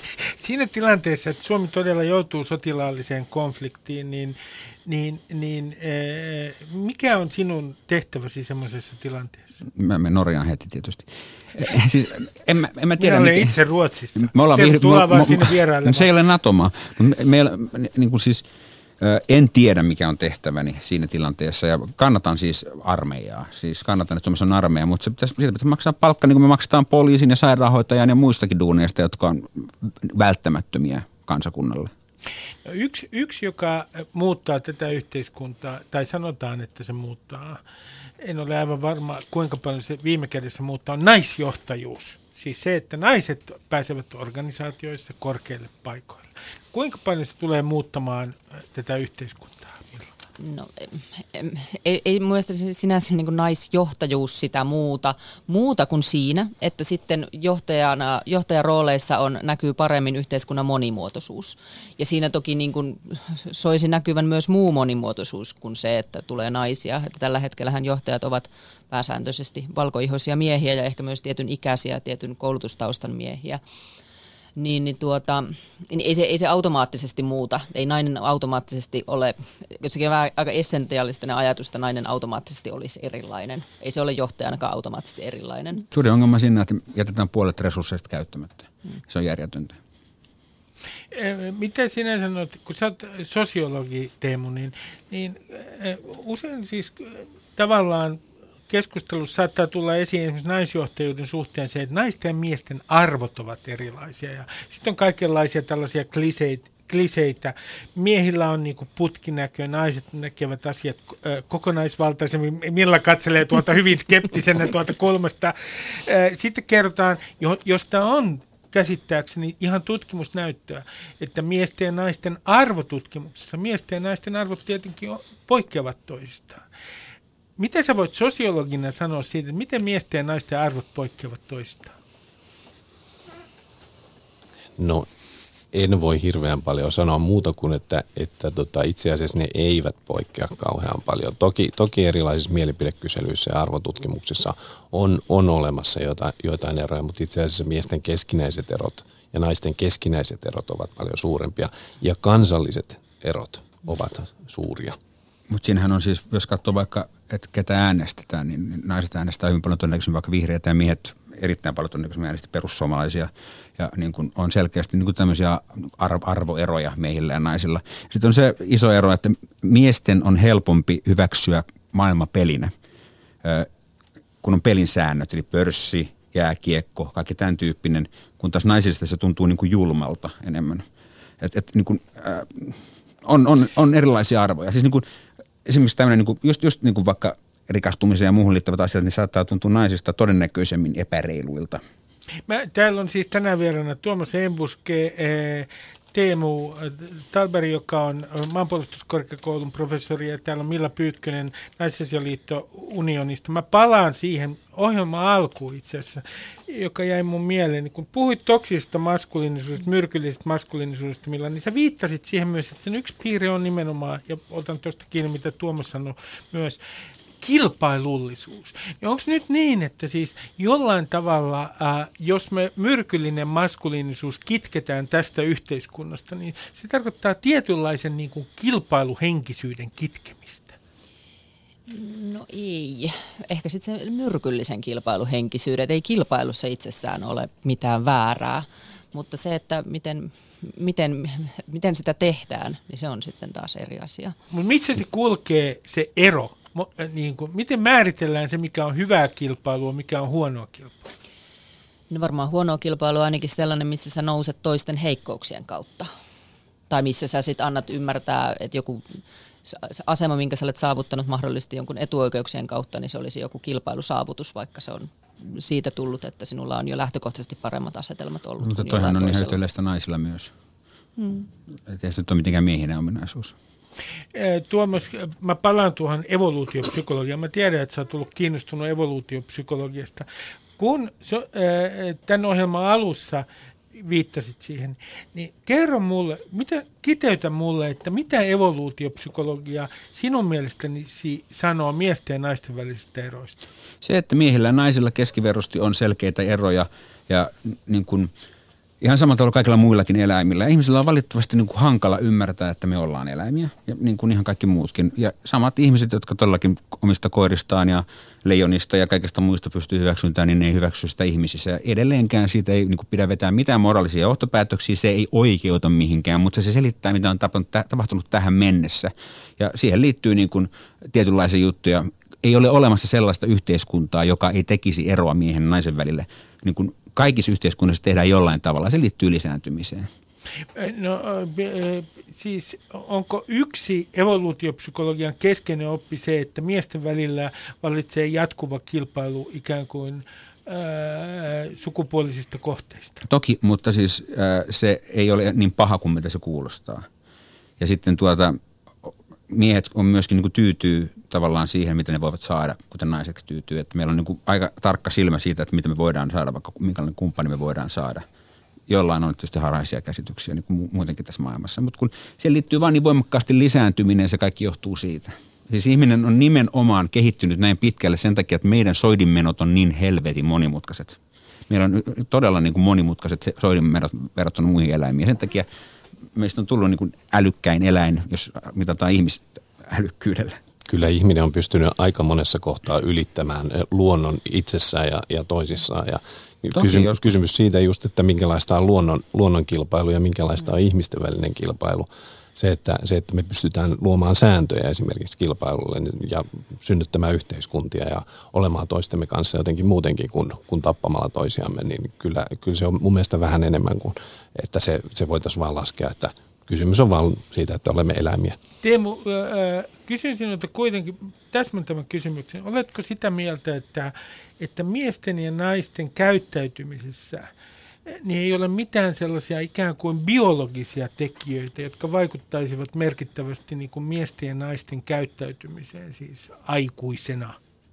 siinä tilanteessa, että Suomi todella joutuu sotilaalliseen konfliktiin, niin mikä on sinun tehtäväsi semmoisessa tilanteessa? Mä menen Norjaan heti tietysti. Siis, en mä tiedä. Minä olen itse Ruotsissa. Tervetuloa vaan sinne vierailemaan. Se ei ole NATO-maa. Meillä, niin kuin siis, en tiedä, mikä on tehtäväni siinä tilanteessa ja kannatan siis armeijaa. Siis kannatan, että Suomessa on armeija, mutta siitä pitäisi maksaa palkka, niin kuin me maksetaan poliisin ja sairaanhoitajan ja muistakin duuneista, jotka on välttämättömiä kansakunnalle. No yksi, joka muuttaa tätä yhteiskuntaa, tai sanotaan, että se muuttaa, en ole aivan varma, kuinka paljon se viime kädessä muuttaa, on naisjohtajuus. Siis se, että naiset pääsevät organisaatioissa korkeille paikoille. Kuinka paljon se tulee muuttamaan tätä yhteiskuntaa? No, ei mielestäni sinänsä niin kuin naisjohtajuus sitä muuta kuin siinä, että sitten johtajarooleissa näkyy paremmin yhteiskunnan monimuotoisuus. Ja siinä toki niin kuin soisi näkyvän myös muu monimuotoisuus kuin se, että tulee naisia. Että tällä hetkellähän johtajat ovat pääsääntöisesti valkoihoisia miehiä ja ehkä myös tietyn ikäisiä, tietyn koulutustaustan miehiä. Niin ei se automaattisesti muuta. Ei nainen automaattisesti ole, jossakin vähän aika essentiaalistinen ajatus, että nainen automaattisesti olisi erilainen. Ei se ole johtajanakaan automaattisesti erilainen. Suurin ongelma siinä, että jätetään puolet resursseista käyttämättä. Se on järjetöntä. Mitä sinä sanot, kun sä oot sosiologi, Teemu, niin usein siis tavallaan keskustelussa saattaa tulla esiin esimerkiksi naisjohtajuuden suhteen se, että naisten ja miesten arvot ovat erilaisia. Ja sitten on kaikenlaisia tällaisia kliseitä. Miehillä on niin kuin putkinäkö, naiset näkevät asiat kokonaisvaltaisemmin. Milla katselee tuota hyvin skeptisenä tuota kulmasta. Sitten kerrotaan, josta on käsittääkseni ihan tutkimusnäyttöä, että miesten ja naisten arvotutkimuksessa, miesten ja naisten arvot tietenkin poikkeavat toisistaan. Mitä sä voit sosiologina sanoa siitä, että miten miesten ja naisten arvot poikkeavat toisistaan? No, en voi hirveän paljon sanoa muuta kuin, että itse asiassa ne eivät poikkea kauhean paljon. Toki erilaisissa mielipidekyselyissä ja arvotutkimuksissa on olemassa joitain eroja, mutta itse asiassa miesten keskinäiset erot ja naisten keskinäiset erot ovat paljon suurempia ja kansalliset erot ovat suuria. Mutta siinähän on siis, jos katsoo vaikka, että ketä äänestetään, niin naiset äänestää hyvin paljon todennäköisesti vaikka vihreitä ja miehet erittäin paljon todennäköisesti äänestä perussuomalaisia. Ja niin kun on selkeästi niin kun tämmöisiä arvoeroja miehillä ja naisilla. Sitten on se iso ero, että miesten on helpompi hyväksyä maailma pelinä, kun on pelin säännöt, eli pörssi, jääkiekko, kaikki tämän tyyppinen, kun taas naisista se tuntuu niin kuin julmalta enemmän. Niin kun, on erilaisia arvoja. Siis niin kuin, esimerkiksi tämmöinen, niin kuin, just niin kuin vaikka rikastumiseen ja muuhun liittyvät asiat, niin saattaa tuntua naisista todennäköisemmin epäreiluilta. Täällä on siis tänään vieraana Tuomas Enbuske, Teemu Talberg, joka on maanpuolustuskorkeakoulun professori, ja täällä on Milla Pyykkönen Naisasialiitto Unionista. Mä palaan siihen ohjelman alkuun itse asiassa, joka jäi mun mieleeni. Kun puhuit toksisesta maskuliinisuudesta, myrkyllisestä maskuliinisuudesta, Milla, niin sä viittasit siihen myös, että sen yksi piirre on nimenomaan, ja otan tuosta kiinni, mitä Tuomas sanoi myös, kilpailullisuus. Ja onko nyt niin, että siis jollain tavalla, jos me myrkyllinen maskuliinisuus kitketään tästä yhteiskunnasta, niin se tarkoittaa tietynlaisen niin kuin kilpailuhenkisyyden kitkemistä? No ei. Ehkä sitten se myrkyllisen kilpailuhenkisyyden. Ei kilpailussa itsessään ole mitään väärää, mutta se, että miten sitä tehdään, niin se on sitten taas eri asia. Mutta missä se kulkee se ero? Niin kuin, miten määritellään se, mikä on hyvää kilpailua, mikä on huonoa kilpailua? No varmaan huonoa kilpailua on ainakin sellainen, missä sä nouset toisten heikkouksien kautta. Tai missä sä sitten annat ymmärtää, että joku asema, minkä sä olet saavuttanut mahdollisesti jonkun etuoikeuksien kautta, niin se olisi joku kilpailusaavutus, vaikka se on siitä tullut, että sinulla on jo lähtökohtaisesti paremmat asetelmat ollut. Mutta toihan on ihan yleistä naisilla myös. Ei se nyt ole mitenkään miehinen ominaisuus. Tuomas, mä palaan tuohon evoluutiopsykologiaan. Mä tiedän, että sä oot tullut kiinnostunut evoluutiopsykologiasta. Kun tämän ohjelman alussa viittasit siihen, niin kerro mulle, kiteytä mulle, että mitä evoluutiopsykologia sinun mielestäni sanoo miesten ja naisten välisistä eroista? Se, että miehillä ja naisilla keskiverrosti on selkeitä eroja ja niin kuin Ihan samalla tavalla kaikilla muillakin eläimillä. Ihmisillä on valitettavasti niin kuin hankala ymmärtää, että me ollaan eläimiä, ja niin kuin ihan kaikki muutkin. Ja samat ihmiset, jotka todellakin omista koiristaan ja leijonista ja kaikista muista pystyy hyväksyntään, niin ne ei hyväksy sitä ihmisissä. Ja edelleenkään siitä ei niin kuin pidä vetää mitään moraalisia johtopäätöksiä, se ei oikeuta mihinkään, mutta se selittää, mitä on tapahtunut tähän mennessä. Ja siihen liittyy niin kuin tietynlaisia juttuja. Ei ole olemassa sellaista yhteiskuntaa, joka ei tekisi eroa miehen ja naisen välille. Niin kuin kaikissa yhteiskunnissa tehdään jollain tavalla. Se liittyy lisääntymiseen. No siis onko yksi evoluutiopsykologian keskeinen oppi se, että miesten välillä vallitsee jatkuva kilpailu ikään kuin sukupuolisista kohteista? Toki, mutta siis se ei ole niin paha kuin mitä se kuulostaa. Ja sitten miehet on myöskin niin kuin tyytyy tavallaan siihen, mitä ne voivat saada, kuten naiset tyytyy. Että meillä on niin kuin aika tarkka silmä siitä, että mitä me voidaan saada, vaikka minkälainen kumppani me voidaan saada. Jollain on tietysti harhaisia käsityksiä niin kuin muutenkin tässä maailmassa. Mutta kun siihen liittyy vaan niin voimakkaasti lisääntyminen, se kaikki johtuu siitä. Siis ihminen on nimenomaan kehittynyt näin pitkälle sen takia, että meidän soidinmenot on niin helvetin monimutkaiset. Meillä on todella niin kuin monimutkaiset soidinmenot verrattuna muihin eläimiin. Sen takia meistä on tullut niin kuin älykkäin eläin, jos mitataan ihmistä älykkyydellä. Kyllä ihminen on pystynyt aika monessa kohtaa ylittämään luonnon itsessään ja toisissaan. Ja kysymys siitä just, että minkälaista on luonnon kilpailu ja minkälaista on ihmisten välinen kilpailu. Se, että me pystytään luomaan sääntöjä esimerkiksi kilpailulle ja synnyttämään yhteiskuntia ja olemaan toistemme kanssa jotenkin muutenkin kuin tappamalla toisiamme, niin kyllä se on mun mielestä vähän enemmän kuin, että se voitaisiin vaan laskea, että kysymys on vaan siitä, että olemme eläimiä. Teemu, kysyn sinulta kuitenkin täsmentävän kysymyksen. Oletko sitä mieltä, että miesten ja naisten käyttäytymisessä niin ei ole mitään sellaisia ikään kuin biologisia tekijöitä, jotka vaikuttaisivat merkittävästi niin kuin miesten ja naisten käyttäytymiseen siis aikuisena?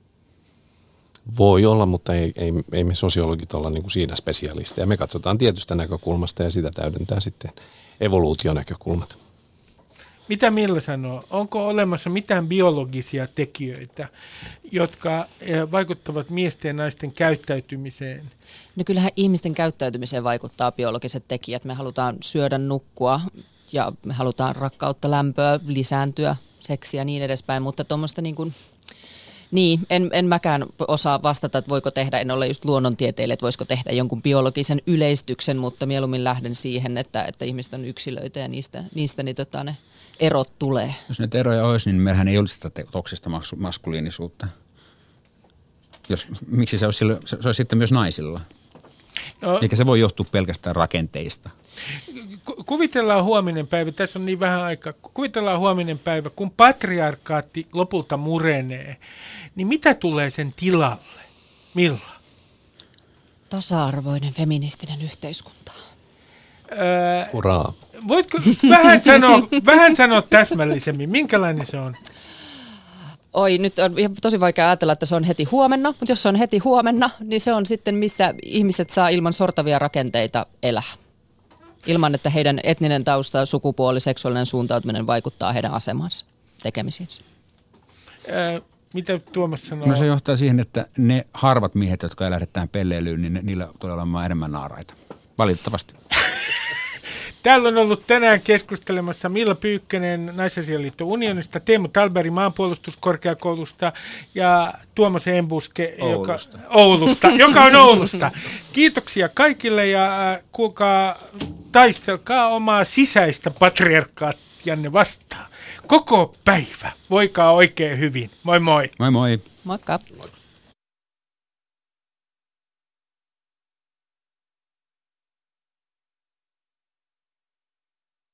Voi olla, mutta ei me sosiologit olla niin kuin siinä spesialisteja. Me katsotaan tietystä näkökulmasta ja sitä täydentää sitten evoluutionäkökulmat. Mitä Milla sanoo? Onko olemassa mitään biologisia tekijöitä, jotka vaikuttavat miesten ja naisten käyttäytymiseen? No kyllähän ihmisten käyttäytymiseen vaikuttaa biologiset tekijät. Me halutaan syödä, nukkua ja me halutaan rakkautta, lämpöä, lisääntyä, seksiä ja niin edespäin, mutta tuommoista niin kuin en mäkään osaa vastata, että voiko tehdä, en ole just luonnontieteilijä, että voisiko tehdä jonkun biologisen yleistyksen, mutta mieluummin lähden siihen, että ihmiset on yksilöitä ja niistä ne erot tulee. Jos näitä eroja olisi, niin meillähän ei olisi sitä toksista maskuliinisuutta. Miksi se olisi sitten myös naisilla? No, eikä se voi johtua pelkästään rakenteista. Kuvitellaan huominen päivä, tässä on niin vähän aikaa, kuvitellaan huominen päivä, kun patriarkaatti lopulta murenee, niin mitä tulee sen tilalle? Milla? Tasa-arvoinen feministinen yhteiskunta. Hurraa. Voitko vähän sanoa täsmällisemmin, minkälainen se on? Oi, nyt on tosi vaikea ajatella, että se on heti huomenna, mutta jos se on heti huomenna, niin se on sitten, missä ihmiset saa ilman sortavia rakenteita elää. Ilman, että heidän etninen tausta, sukupuoli, seksuaalinen suuntautuminen vaikuttaa heidän asemansa, tekemisiinsä. Mitä Tuomas sanoo? No se johtaa siihen, että ne harvat miehet, jotka lähdetään pelleilyyn, niin niillä tulee olemaan enemmän naaraita. Valitettavasti. Täällä on ollut tänään keskustelemassa Milla Pyykkönen Naisasialiitto Unionista, Teemu Talberg Maanpuolustuskorkeakoulusta ja Tuomas Enbuske Oulusta, joka on Oulusta. Kiitoksia kaikille ja kuulkaa, taistelkaa omaa sisäistä patriarkaattianne vastaan. Koko päivä. Voikaa oikein hyvin. Moi moi. Moi moi. Moikka.